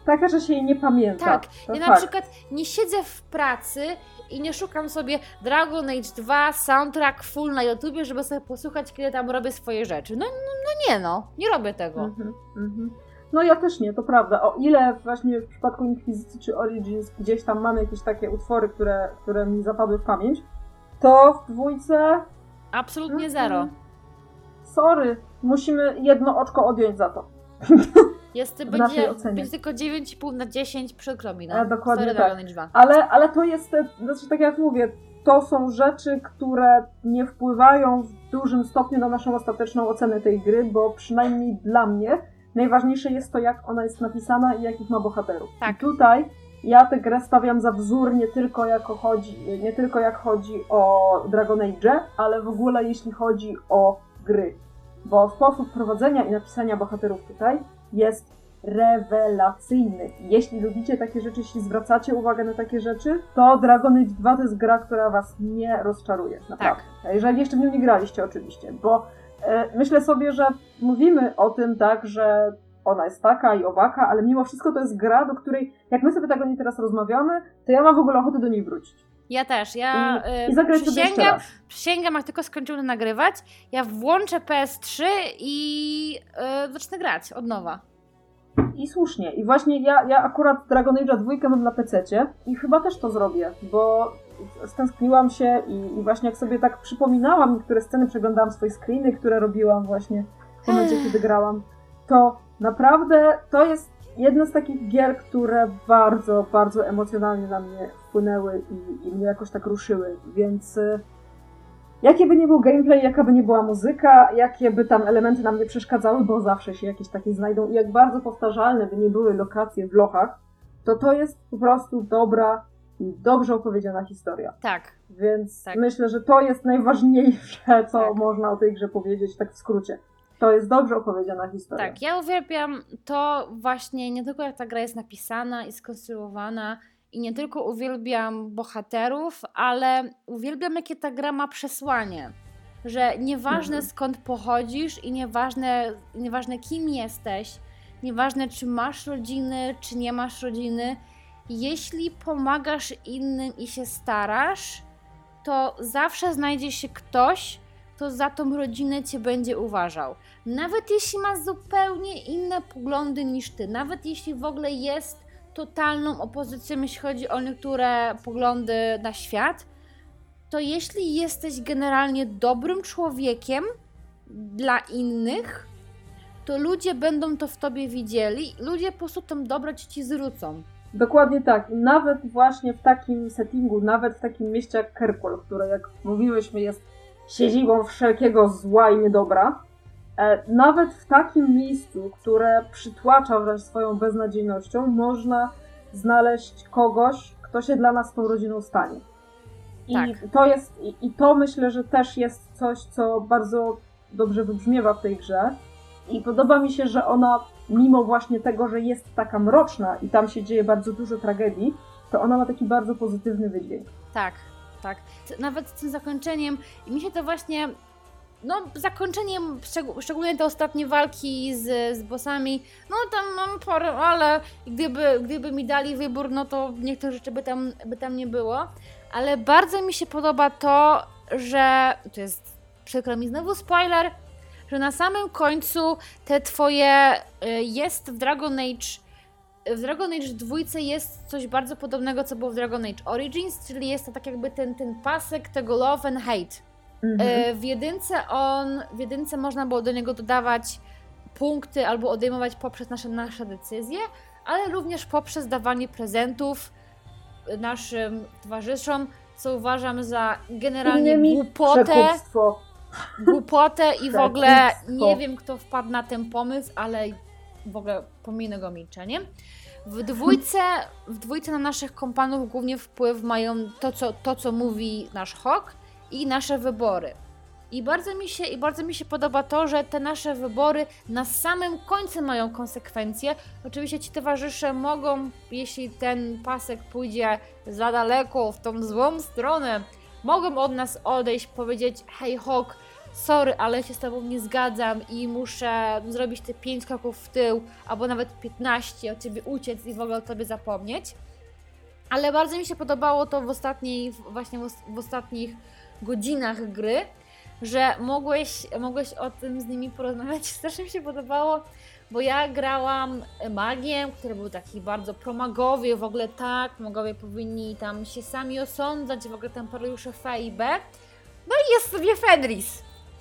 taka, że się jej nie pamięta. Tak, to ja na fakt. przykład nie siedzę w pracy i nie szukam sobie Dragon Age dwa soundtrack full na YouTubie, żeby sobie posłuchać, kiedy tam robię swoje rzeczy. No, no, no nie no, nie robię tego. Mhm, mhm. No ja też nie, to prawda. O ile właśnie w przypadku Inkwizycji czy Origins gdzieś tam mamy jakieś takie utwory, które, które mi zapadły w pamięć, to w dwójce... Absolutnie mhm. zero. Sorry, musimy jedno oczko odjąć za to. Jest, w naszej będzie, ocenie. będzie tylko dziewięć i pół na dziesięć, przykro mi, no. E, dokładnie Sorry, tak. Dragon Age dwa. Ale, ale to jest, znaczy tak jak mówię, to są rzeczy, które nie wpływają w dużym stopniu na naszą ostateczną ocenę tej gry, bo przynajmniej dla mnie najważniejsze jest to, jak ona jest napisana i jakich ma bohaterów. Tak. I tutaj ja tę grę stawiam za wzór nie tylko, jako chodzi, nie tylko jak chodzi o Dragon Age, ale w ogóle jeśli chodzi o gry. Bo sposób prowadzenia i napisania bohaterów tutaj jest rewelacyjny. Jeśli lubicie takie rzeczy, jeśli zwracacie uwagę na takie rzeczy, to Dragon Age dwa to jest gra, która was nie rozczaruje. Naprawdę. Tak. Jeżeli jeszcze w nią nie graliście oczywiście, bo e, myślę sobie, że mówimy o tym tak, że ona jest taka i owaka, ale mimo wszystko to jest gra, do której, jak my sobie tego nie teraz rozmawiamy, to ja mam w ogóle ochotę do niej wrócić. Ja też, ja I, i zagrać sobie jeszcze raz. Przysięgam, jak tylko skończymy nagrywać, ja włączę P S trzy i yy, zacznę grać od nowa. I słusznie. I właśnie ja, ja akurat Dragon Age dwa mam na pececie i chyba też to zrobię, bo stęskniłam się i, i właśnie jak sobie tak przypominałam niektóre sceny, przeglądałam swoje screeny, które robiłam właśnie w momencie, kiedy grałam, to naprawdę to jest jedna z takich gier, które bardzo, bardzo emocjonalnie na mnie wpłynęły i, i mnie jakoś tak ruszyły, więc jakie by nie był gameplay, jaka by nie była muzyka, jakie by tam elementy nam nie przeszkadzały, bo zawsze się jakieś takie znajdą i jak bardzo powtarzalne by nie były lokacje w lochach, to to jest po prostu dobra i dobrze opowiedziana historia. Tak. Więc tak. myślę, że to jest najważniejsze, co tak. można o tej grze powiedzieć, tak w skrócie. To jest dobrze opowiedziana historia. Tak, ja uwielbiam to właśnie nie tylko jak ta gra jest napisana i skonstruowana i nie tylko uwielbiam bohaterów, ale uwielbiam jakie ta gra ma przesłanie. Że nieważne mhm. skąd pochodzisz i nieważne, nieważne kim jesteś, nieważne czy masz rodziny, czy nie masz rodziny, jeśli pomagasz innym i się starasz, to zawsze znajdzie się ktoś, kto za tą rodzinę cię będzie uważał. Nawet jeśli ma zupełnie inne poglądy niż ty, nawet jeśli w ogóle jest totalną opozycją, jeśli chodzi o niektóre poglądy na świat, to jeśli jesteś generalnie dobrym człowiekiem dla innych, to ludzie będą to w tobie widzieli, ludzie po prostu tą dobroć ci zwrócą. Dokładnie tak. I nawet właśnie w takim settingu, nawet w takim mieście jak Kirkwall, które jak mówiłyśmy jest siedzibą wszelkiego zła i niedobra, e, nawet w takim miejscu, które przytłacza wręcz swoją beznadziejnością, można znaleźć kogoś, kto się dla nas tą rodziną stanie. I tak. to jest, i, i to myślę, że też jest coś, co bardzo dobrze wybrzmiewa w tej grze. I podoba mi się, że ona, mimo właśnie tego, że jest taka mroczna i tam się dzieje bardzo dużo tragedii, to ona ma taki bardzo pozytywny wydźwięk. Tak, tak. Nawet z tym zakończeniem, i mi się to właśnie, no zakończeniem, szczeg- szczególnie te ostatnie walki z, z bossami, no tam mam parę, ale gdyby, gdyby mi dali wybór, no to niektóre rzeczy by tam, by tam nie było. Ale bardzo mi się podoba to, że, to jest, przykro mi znowu spoiler, że na samym końcu te twoje, jest w Dragon Age, w Dragon Age dwa jest coś bardzo podobnego, co było w Dragon Age Origins, czyli jest to tak jakby ten, ten pasek tego love and hate. Mhm. W jedynce on, w jedynce można było do niego dodawać punkty albo odejmować poprzez nasze, nasze decyzje, ale również poprzez dawanie prezentów naszym towarzyszom, co uważam za generalnie Innymi głupotę. Przekupstwo. Głupotę i w ogóle nie wiem, kto wpadł na ten pomysł, ale w ogóle pominę go milczeniem. W dwójce, w dwójce na naszych kompanów głównie wpływ mają to co, to, co mówi nasz Hawk i nasze wybory. I bardzo mi się, i bardzo mi się podoba to, że te nasze wybory na samym końcu mają konsekwencje. Oczywiście ci towarzysze mogą, jeśli ten pasek pójdzie za daleko w tą złą stronę, mogą od nas odejść, powiedzieć: hej Hawk, sorry, ale się z tobą nie zgadzam i muszę zrobić te pięć kroków w tył, albo nawet piętnaście, od ciebie uciec i w ogóle o tobie zapomnieć. Ale bardzo mi się podobało to w ostatniej, właśnie w ostatnich godzinach gry, że mogłeś, mogłeś o tym z nimi porozmawiać. Strasznie mi się podobało, bo ja grałam magiem, który był taki bardzo promagowie, w ogóle tak, magowie powinni tam się sami osądzać, w ogóle temperatury F i B. No i jest sobie Fenris.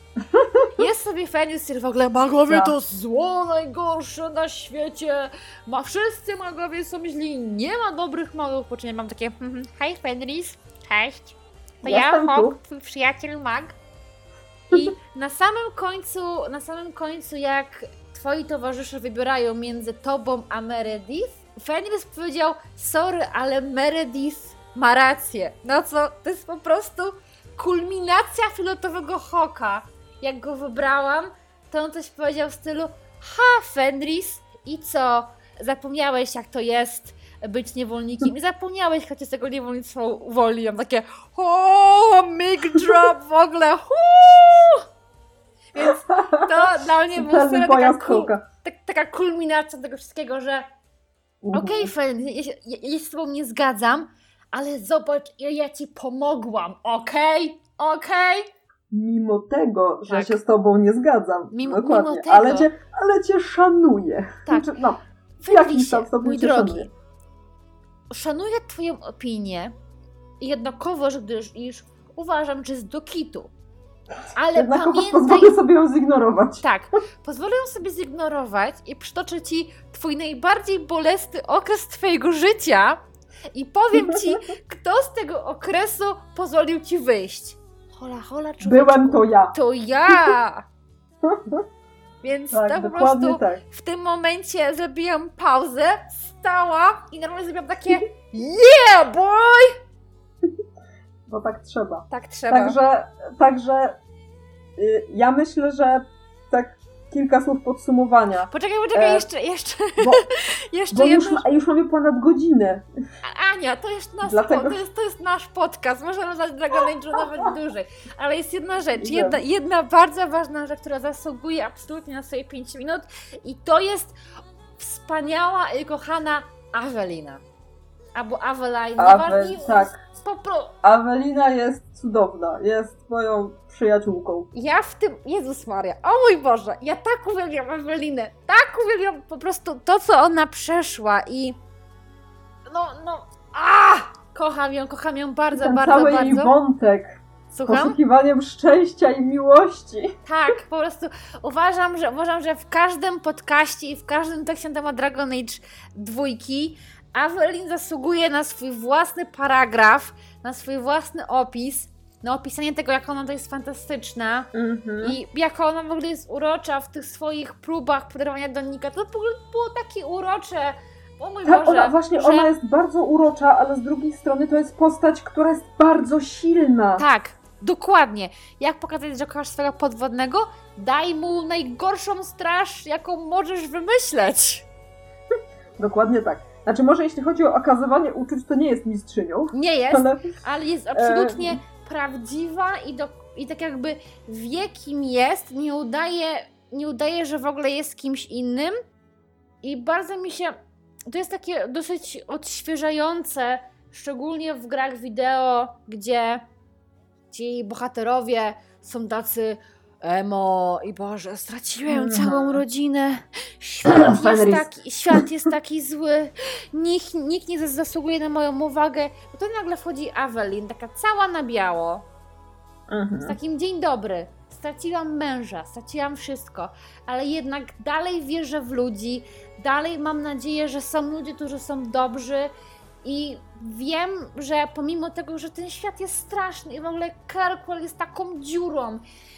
Jest sobie Fenris, który w ogóle magowie to zło najgorsze na świecie. Ma, wszyscy magowie są źli, nie ma dobrych magów. Po czym ja mam takie, hej Fenris, cześć. To ja, Hawk, twój przyjaciel mag. I na samym końcu, na samym końcu jak twoi towarzysze wybierają między tobą a Meredith, Fenris powiedział, sorry, ale Meredith ma rację. No co, to jest po prostu kulminacja fioletowego Hawka. Jak go wybrałam, to on coś powiedział w stylu, ha Fenris, i co, zapomniałeś jak to jest być niewolnikiem i zapomniałeś, choć z tego niewolnictwa uwolniłem. Takie o, mic drop w ogóle, huu! Więc to dla mnie była taka, kul, tak, taka kulminacja tego wszystkiego, że okej, okay, Fenris, ja, ja, ja się z tobą nie zgadzam, ale zobacz, ile ja ci pomogłam, okej? Okay? Okej? Okay? Mimo tego, że tak. się z tobą nie zgadzam. Mimo, dokładnie. Mimo tego. Ale cię, ale cię szanuję. Tak. No, Fenrisie, tam mój drogi, szanuję. szanuję twoją opinię, jednakowoż, gdyż iż uważam, że jest do kitu. Ale jednakowoż pamiętaj... pozwolę sobie ją zignorować. Tak, pozwolę ją sobie zignorować i przytoczę ci twój najbardziej bolesny okres twojego życia i powiem ci, kto z tego okresu pozwolił ci wyjść. Hola, hola, człowieku. Byłem to ja. To ja! Więc tak, to po prostu tak. w tym momencie zrobiłam pauzę, wstałam i normalnie zrobiłam takie yeah, boy! Bo tak trzeba. Tak trzeba. Także, także yy, ja myślę, że tak kilka słów podsumowania. Poczekaj, poczekaj, e, jeszcze, jeszcze, bo, jeszcze bo jedno... już, ma, już mamy ponad godzinę. Ania, to jest, nasz Dlatego... po, to jest, to jest nasz podcast, możemy dać Dragon Age nawet dłużej, ale jest jedna rzecz, jedna, jedna bardzo ważna rzecz, która zasługuje absolutnie na swoje pięć minut i to jest wspaniała i kochana Awelina. Albo Aveline, Avel, nieważne. Tak. Popro... Awelina jest cudowna, jest moją przyjaciółką. Ja w tym, Jezus Maria, o mój Boże, ja tak uwielbiam Awelinę, tak uwielbiam po prostu to, co ona przeszła i no, no, a, kocham ją, kocham ją bardzo, ten bardzo, cały bardzo. jej wątek. Słucham? Poszukiwaniem szczęścia i miłości. Tak, po prostu uważam, że uważam, że w każdym podcaście i w każdym tekście na temat Dragon Age dwójki Avelin zasługuje na swój własny paragraf, na swój własny opis, na opisanie tego, jak ona to jest fantastyczna mm-hmm. i jak ona w ogóle jest urocza w tych swoich próbach podarowania do Nika. To w ogóle było takie urocze. O mój tak, Boże, ona, właśnie że... ona jest bardzo urocza, ale z drugiej strony to jest postać, która jest bardzo silna. Tak, dokładnie. Jak pokazać, że kochasz swojego podwodnego? Daj mu najgorszą straż, jaką możesz wymyśleć. Dokładnie tak. Znaczy może jeśli chodzi o okazywanie uczuć, to nie jest mistrzynią. Nie jest, ale, ale jest absolutnie e... prawdziwa i, do, i tak jakby wie, kim jest, nie udaje, nie udaje, że w ogóle jest kimś innym i bardzo mi się, to jest takie dosyć odświeżające, szczególnie w grach wideo, gdzie ci bohaterowie są tacy emo i Boże, straciłem całą rodzinę. Świat jest, taki, świat jest taki zły. Nikt, nikt nie zasługuje na moją uwagę. Bo to nagle wchodzi Avelin, taka cała na biało. Mhm. Z takim dzień dobry. Straciłam męża, straciłam wszystko, ale jednak dalej wierzę w ludzi. Dalej mam nadzieję, że są ludzie, którzy są dobrzy. I wiem, że pomimo tego, że ten świat jest straszny i w ogóle Kirkwall jest taką dziurą,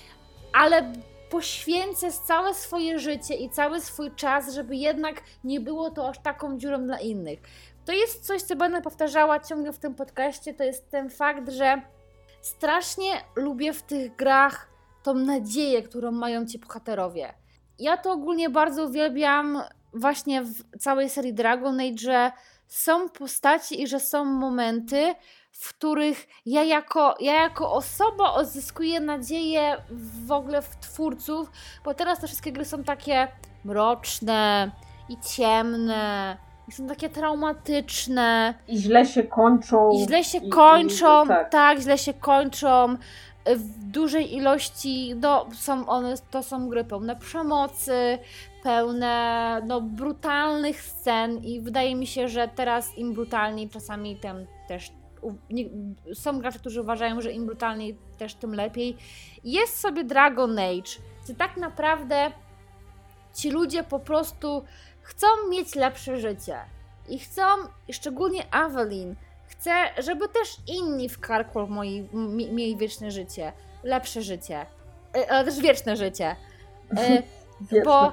ale poświęcę całe swoje życie i cały swój czas, żeby jednak nie było to aż taką dziurą dla innych. To jest coś, co będę powtarzała ciągle w tym podcaście, to jest ten fakt, że strasznie lubię w tych grach tą nadzieję, którą mają ci bohaterowie. Ja to ogólnie bardzo uwielbiam właśnie w całej serii Dragon Age, że są postaci i że są momenty, w których ja jako, ja jako osoba odzyskuję nadzieję w ogóle w twórców, bo teraz te wszystkie gry są takie mroczne i ciemne, i są takie traumatyczne. I źle się kończą. I źle się i, kończą, i, tak. tak, źle się kończą. W dużej ilości, no, są one, to są gry pełne przemocy, pełne no, brutalnych scen i wydaje mi się, że teraz im brutalniej czasami tym też u, nie, są gracze, którzy uważają, że im brutalniej też tym lepiej. Jest sobie Dragon Age, gdzie tak naprawdę ci ludzie po prostu chcą mieć lepsze życie i chcą, szczególnie Evelyn, chcę, żeby też inni w Kirkwall moi, mi, mieli wieczne życie, lepsze życie, e, ale też wieczne życie. E, bo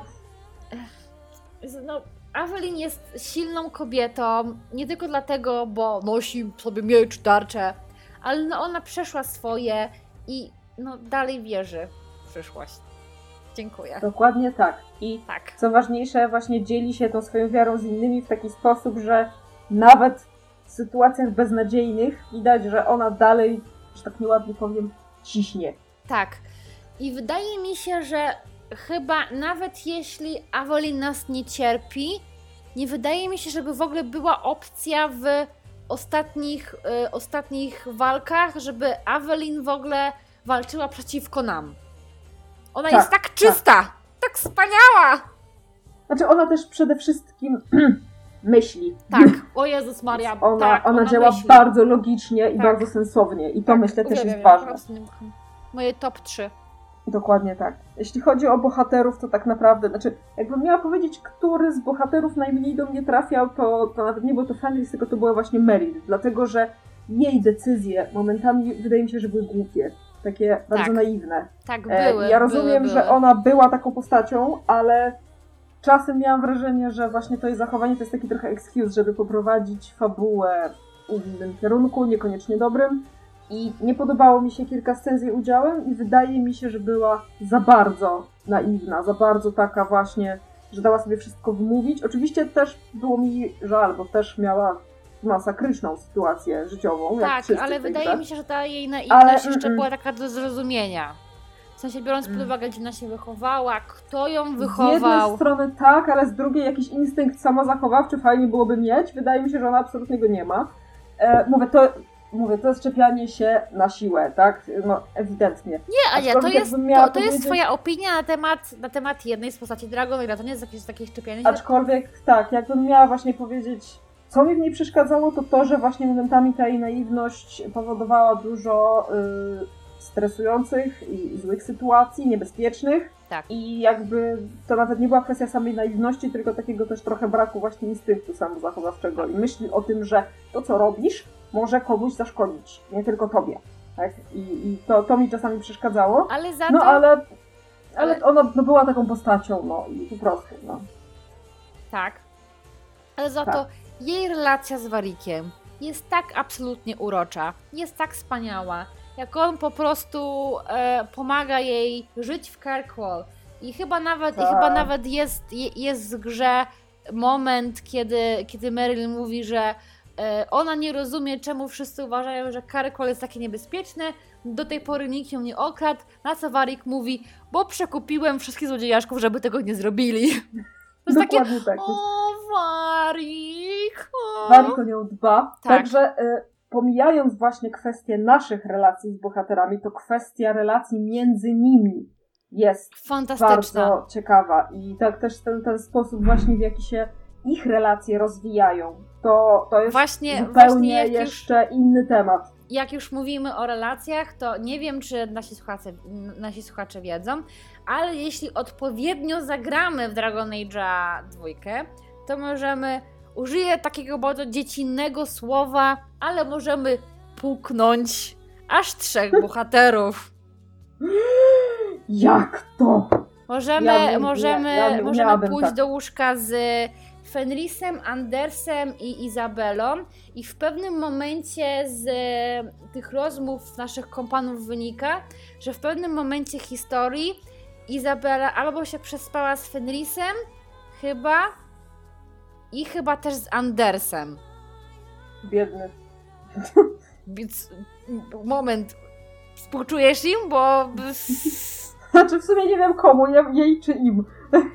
e, no, Evelyn jest silną kobietą, nie tylko dlatego, bo nosi sobie miecz, tarczę, ale no, ona przeszła swoje i no, dalej wierzy w przyszłość. Dziękuję. Dokładnie tak. I tak. co ważniejsze, właśnie dzieli się tą swoją wiarą z innymi w taki sposób, że nawet w sytuacjach beznadziejnych widać, że ona dalej, że tak nieładnie powiem, ciśnie. Tak. I wydaje mi się, że chyba nawet jeśli Evelyn nas nie cierpi, nie wydaje mi się, żeby w ogóle była opcja w ostatnich, y, ostatnich walkach, żeby Evelyn w ogóle walczyła przeciwko nam. Ona tak, jest tak czysta, tak. tak wspaniała! Znaczy ona też przede wszystkim myśli. Tak, o Jezus Maria, ona, tak, ona, ona działa myśli. bardzo logicznie i tak. bardzo sensownie i to tak, myślę też jest wiem, ważne. Moje top trzy. Dokładnie tak. Jeśli chodzi o bohaterów, to tak naprawdę, znaczy jakbym miała powiedzieć, który z bohaterów najmniej do mnie trafiał, to, to nawet nie było to Fenris, tylko to była właśnie Meryl, dlatego że jej decyzje momentami wydaje mi się, że były głupie. Takie bardzo tak. naiwne. Tak, były. E, ja rozumiem, były, że były. ona była taką postacią, ale czasem miałam wrażenie, że właśnie to jej zachowanie to jest taki trochę excuse, żeby poprowadzić fabułę w innym kierunku, niekoniecznie dobrym. I nie podobało mi się kilka scen z jej udziałem i wydaje mi się, że była za bardzo naiwna, za bardzo taka właśnie, że dała sobie wszystko wymówić. Oczywiście też było mi żal, bo też miała masakryczną sytuację życiową. Tak, jak wszyscy ale w tej wydaje grze. mi się, że ta jej naiwność ale, jeszcze mm, była taka do zrozumienia. W sensie biorąc pod Mm. uwagę, gdzie ona się wychowała, kto ją Z jednej wychował. strony tak, ale z drugiej jakiś instynkt samozachowawczy fajnie byłoby mieć. Wydaje mi się, że ona absolutnie go nie ma. E, mówię, to, mówię, to jest czepianie się na siłę, tak? No ewidentnie. Nie, Ania, to Aczkolwiek jest, jakbym miała to, to jest powiedzieć- twoja opinia na temat, na temat jednej z postaci Dragon Age, to nie jest jakieś takie szczepianie się. Aczkolwiek tak, jakbym miała właśnie powiedzieć, co mi w niej przeszkadzało, to to, że właśnie momentami ta jej naiwność powodowała dużo y, stresujących i złych sytuacji, niebezpiecznych. Tak. I jakby to nawet nie była kwestia samej naiwności, tylko takiego też trochę braku właśnie instynktu samozachowawczego i myśli o tym, że to, co robisz, może komuś zaszkodzić, nie tylko tobie. Tak? I, i to, to mi czasami przeszkadzało. Ale za No to... ale, ale ale- ona no, była taką postacią, no i po prostu, no. Tak. Ale za Tak. to jej relacja z Warikiem jest tak absolutnie urocza, jest tak wspaniała, jak on po prostu e, pomaga jej żyć w Kirkwall. I chyba nawet, i Tak. chyba nawet jest, je- jest w grze moment, kiedy, kiedy Meryl mówi, że e, ona nie rozumie, czemu wszyscy uważają, że Kirkwall jest takie niebezpieczne, do tej pory nikt ją nie okradł, na co Warik mówi, bo przekupiłem wszystkich złodziejaszków, żeby tego nie zrobili. To jest takie, Dokładnie tak. o Warik, o. Warik o nią dba. Tak. Także y, pomijając właśnie kwestię naszych relacji z bohaterami, to kwestia relacji między nimi jest Fantastyczna. bardzo ciekawa. I tak też ten, ten sposób właśnie, w jaki się ich relacje rozwijają, to, to jest Właśnie, zupełnie właśnie jak już, jeszcze inny temat. jak już mówimy o relacjach, to nie wiem, czy nasi słuchacze, nasi słuchacze wiedzą, ale jeśli odpowiednio zagramy w Dragon Age'a dwójkę, to możemy, użyję takiego bardzo dziecinnego słowa, ale możemy puknąć aż trzech bohaterów. Jak to? Możemy, Ja nie- możemy, nie, ja nie możemy umiałabym pójść tak. do łóżka z Fenrisem, Andersem i Izabelą i w pewnym momencie z tych rozmów naszych kompanów wynika, że w pewnym momencie historii Izabela albo się przespała z Fenrisem, chyba, i chyba też z Andersem. Biedny. Więc moment, współczujesz im, bo... Znaczy w sumie nie wiem komu, jej czy im.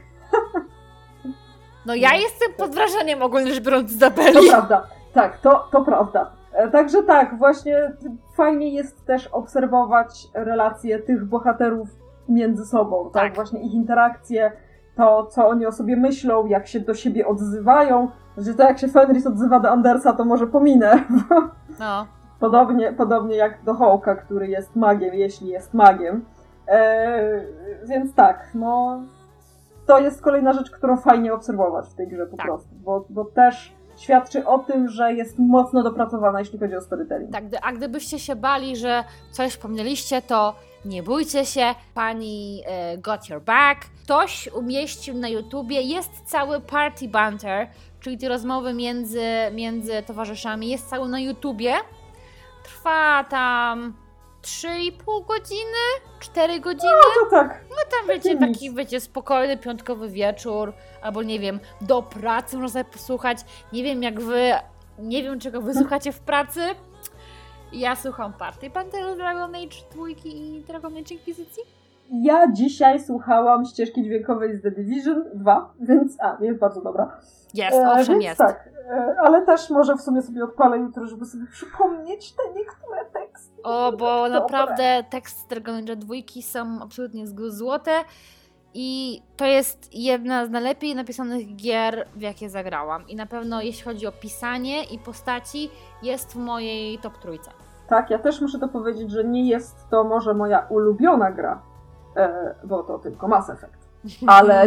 No ja Nie. jestem pod wrażeniem ogólnie rzecz biorąc Izabeli. To prawda, tak, to, to prawda. Także tak, właśnie fajnie jest też obserwować relacje tych bohaterów między sobą, tak? Tak. Właśnie ich interakcje, to co oni o sobie myślą, jak się do siebie odzywają. Że to jak się Fenris odzywa do Andersa, to może pominę. No. Podobnie, podobnie jak do Hawka, który jest magiem, jeśli jest magiem. Eee, więc tak, no to jest kolejna rzecz, którą fajnie obserwować w tej grze po tak. prostu, bo, bo też świadczy o tym, że jest mocno dopracowana, jeśli chodzi o storytelling. Tak, a gdybyście się bali, że coś pomnieliście, to nie bójcie się, pani e, got your back. Ktoś umieścił na YouTubie, jest cały party banter, czyli te rozmowy między, między towarzyszami, jest cały na YouTubie. Trwa tam trzy i pół godziny, cztery godziny. No to tak. No tam wiecie, taki wiecie, spokojny piątkowy wieczór, albo nie wiem, do pracy można sobie posłuchać. Nie wiem jak wy, nie wiem czego wy słuchacie w pracy. Ja słucham Party Banteru Dragon Age dwa i Dragon Age Inquisicji. Ja dzisiaj słuchałam ścieżki dźwiękowej z The Division dwa, więc a, jest bardzo dobra. Jest, owszem e, jest. Tak, e, ale też może w sumie sobie odpalę jutro, żeby sobie przypomnieć te niektóre teksty. O, bo Dobre. naprawdę teksty Dragon Age dwa są absolutnie złote i to jest jedna z najlepiej napisanych gier, w jakie zagrałam. I na pewno jeśli chodzi o pisanie i postaci, jest w mojej top trójce. Tak, ja też muszę to powiedzieć, że nie jest to może moja ulubiona gra, e, bo to tylko Mass Effect, ale,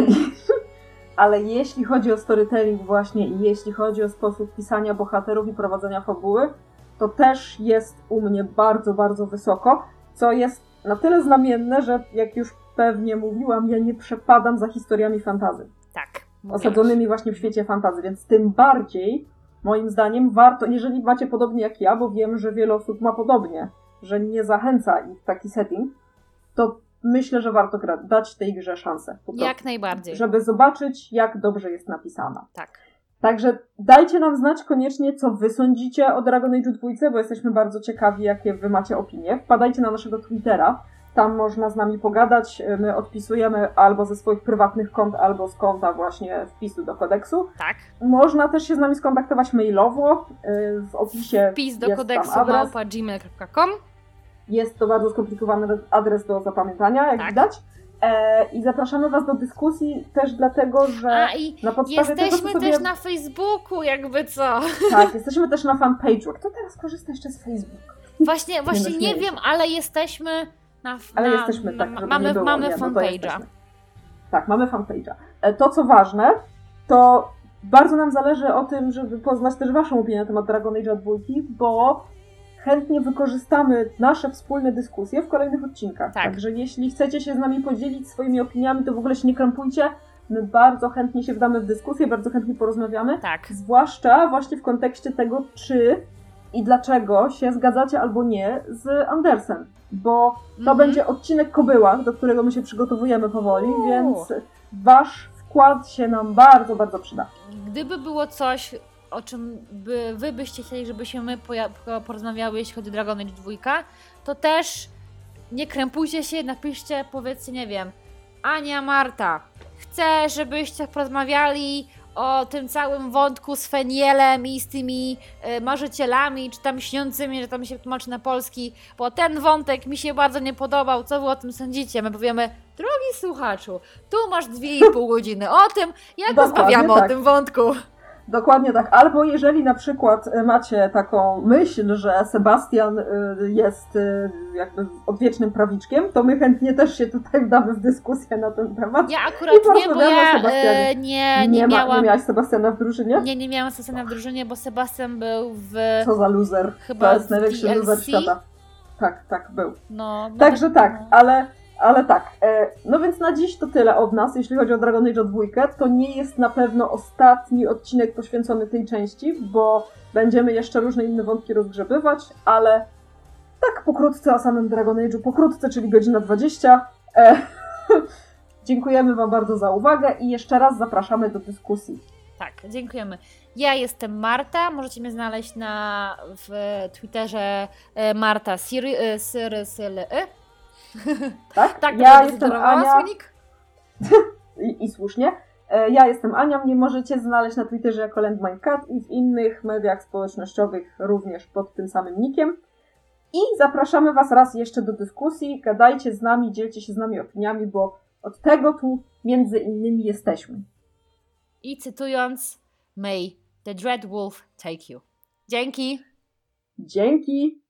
ale jeśli chodzi o storytelling właśnie i jeśli chodzi o sposób pisania bohaterów i prowadzenia fabuły, to też jest u mnie bardzo, bardzo wysoko, co jest na tyle znamienne, że jak już pewnie mówiłam, ja nie przepadam za historiami fantasy. Tak. Osadzonymi właśnie w świecie fantasy, więc tym bardziej moim zdaniem warto, jeżeli macie podobnie jak ja, bo wiem, że wiele osób ma podobnie, że nie zachęca ich taki setting, to myślę, że warto gra- dać tej grze szansę. Po prostu, jak najbardziej. żeby zobaczyć, jak dobrze jest napisana. Tak. Także dajcie nam znać koniecznie, co wy sądzicie o Dragon Age dwa, bo jesteśmy bardzo ciekawi, jakie wy macie opinie. Wpadajcie na naszego Twittera, tam można z nami pogadać. My odpisujemy albo ze swoich prywatnych kont, albo z konta właśnie wpisu do kodeksu. Tak. Można też się z nami skontaktować mailowo. W opisie Wpis do jest kodeksu tam adres. małpa gmail kropka com. Jest to bardzo skomplikowany adres do zapamiętania, jak tak. widać. E, I zapraszamy was do dyskusji też dlatego, że A, i na podstawie jesteśmy tego, co sobie... też na Facebooku, jakby co. Tak, jesteśmy też na fanpage'u. Kto teraz korzysta jeszcze z Facebooka? Właśnie, właśnie nie, nie wiem, ale jesteśmy na Ale na, jesteśmy, na, tak, żeby mamy, nie było, mamy nie, no to fanpage'a. jesteśmy. Tak, mamy fanpage'a. E, To, co ważne, to bardzo nam zależy o tym, żeby poznać też waszą opinię na temat Dragon Age'a dwa, bo chętnie wykorzystamy nasze wspólne dyskusje w kolejnych odcinkach. Tak. Także jeśli chcecie się z nami podzielić swoimi opiniami, to w ogóle się nie krępujcie. My bardzo chętnie się wdamy w dyskusję, bardzo chętnie porozmawiamy. Tak. Zwłaszcza właśnie w kontekście tego, czy i dlaczego się zgadzacie albo nie z Andersem. Bo to Mhm. będzie odcinek Kobyła, do którego my się przygotowujemy powoli, Uuu. więc wasz wkład się nam bardzo, bardzo przyda. Gdyby było coś, o czym by, wy byście chcieli, żebyśmy my poja- porozmawiały, jeśli chodzi o Dragon Age dwa, to też nie krępujcie się, napiszcie, powiedzcie, nie wiem, Ania, Marta, chcę, żebyście porozmawiali o tym całym wątku z Fenielem i z tymi y, marzycielami, czy tam śniącymi, że tam się tłumaczy na polski, bo ten wątek mi się bardzo nie podobał, co wy o tym sądzicie? My powiemy, drogi słuchaczu, tu masz dwie i pół godziny o tym, jak Dokładnie rozmawiamy tak. o tym wątku. Dokładnie tak. Albo jeżeli na przykład macie taką myśl, że Sebastian y, jest y, jakby odwiecznym prawiczkiem, to my chętnie też się tutaj wdamy w dyskusję na ten temat. Ja akurat I nie, bo porozmawiamy o ja Sebastianie. e, nie, nie, nie, ma, miałam... nie miałaś Sebastiana w drużynie? Nie, nie miałam Sebastiana w drużynie, bo Sebastian był w... Co za loser. Chyba To jest w największy D L C? loser świata. Tak, tak, był. No, no, Także tak, no. ale, ale tak. E, no więc na dziś to tyle od nas, jeśli chodzi o Dragon Age dwa. To nie jest na pewno ostatni odcinek poświęcony tej części, bo będziemy jeszcze różne inne wątki rozgrzebywać, ale tak pokrótce o samym Dragon Age'u, pokrótce, czyli godzina dwadzieścia. E, dziękujemy wam bardzo za uwagę i jeszcze raz zapraszamy do dyskusji. Tak, dziękujemy. Ja jestem Marta, możecie mnie znaleźć na w Twitterze Marta Syry, Syry, Syry. Tak, tak ja jestem Ania. Słonik? I, I słusznie. Ja jestem Ania, mnie możecie znaleźć na Twitterze jako LandMineCat i w innych mediach społecznościowych również pod tym samym nickiem. I zapraszamy Was raz jeszcze do dyskusji, gadajcie z nami, dzielcie się z nami opiniami, bo od tego tu między innymi jesteśmy. I cytując, may the dread wolf take you. Dzięki! Dzięki!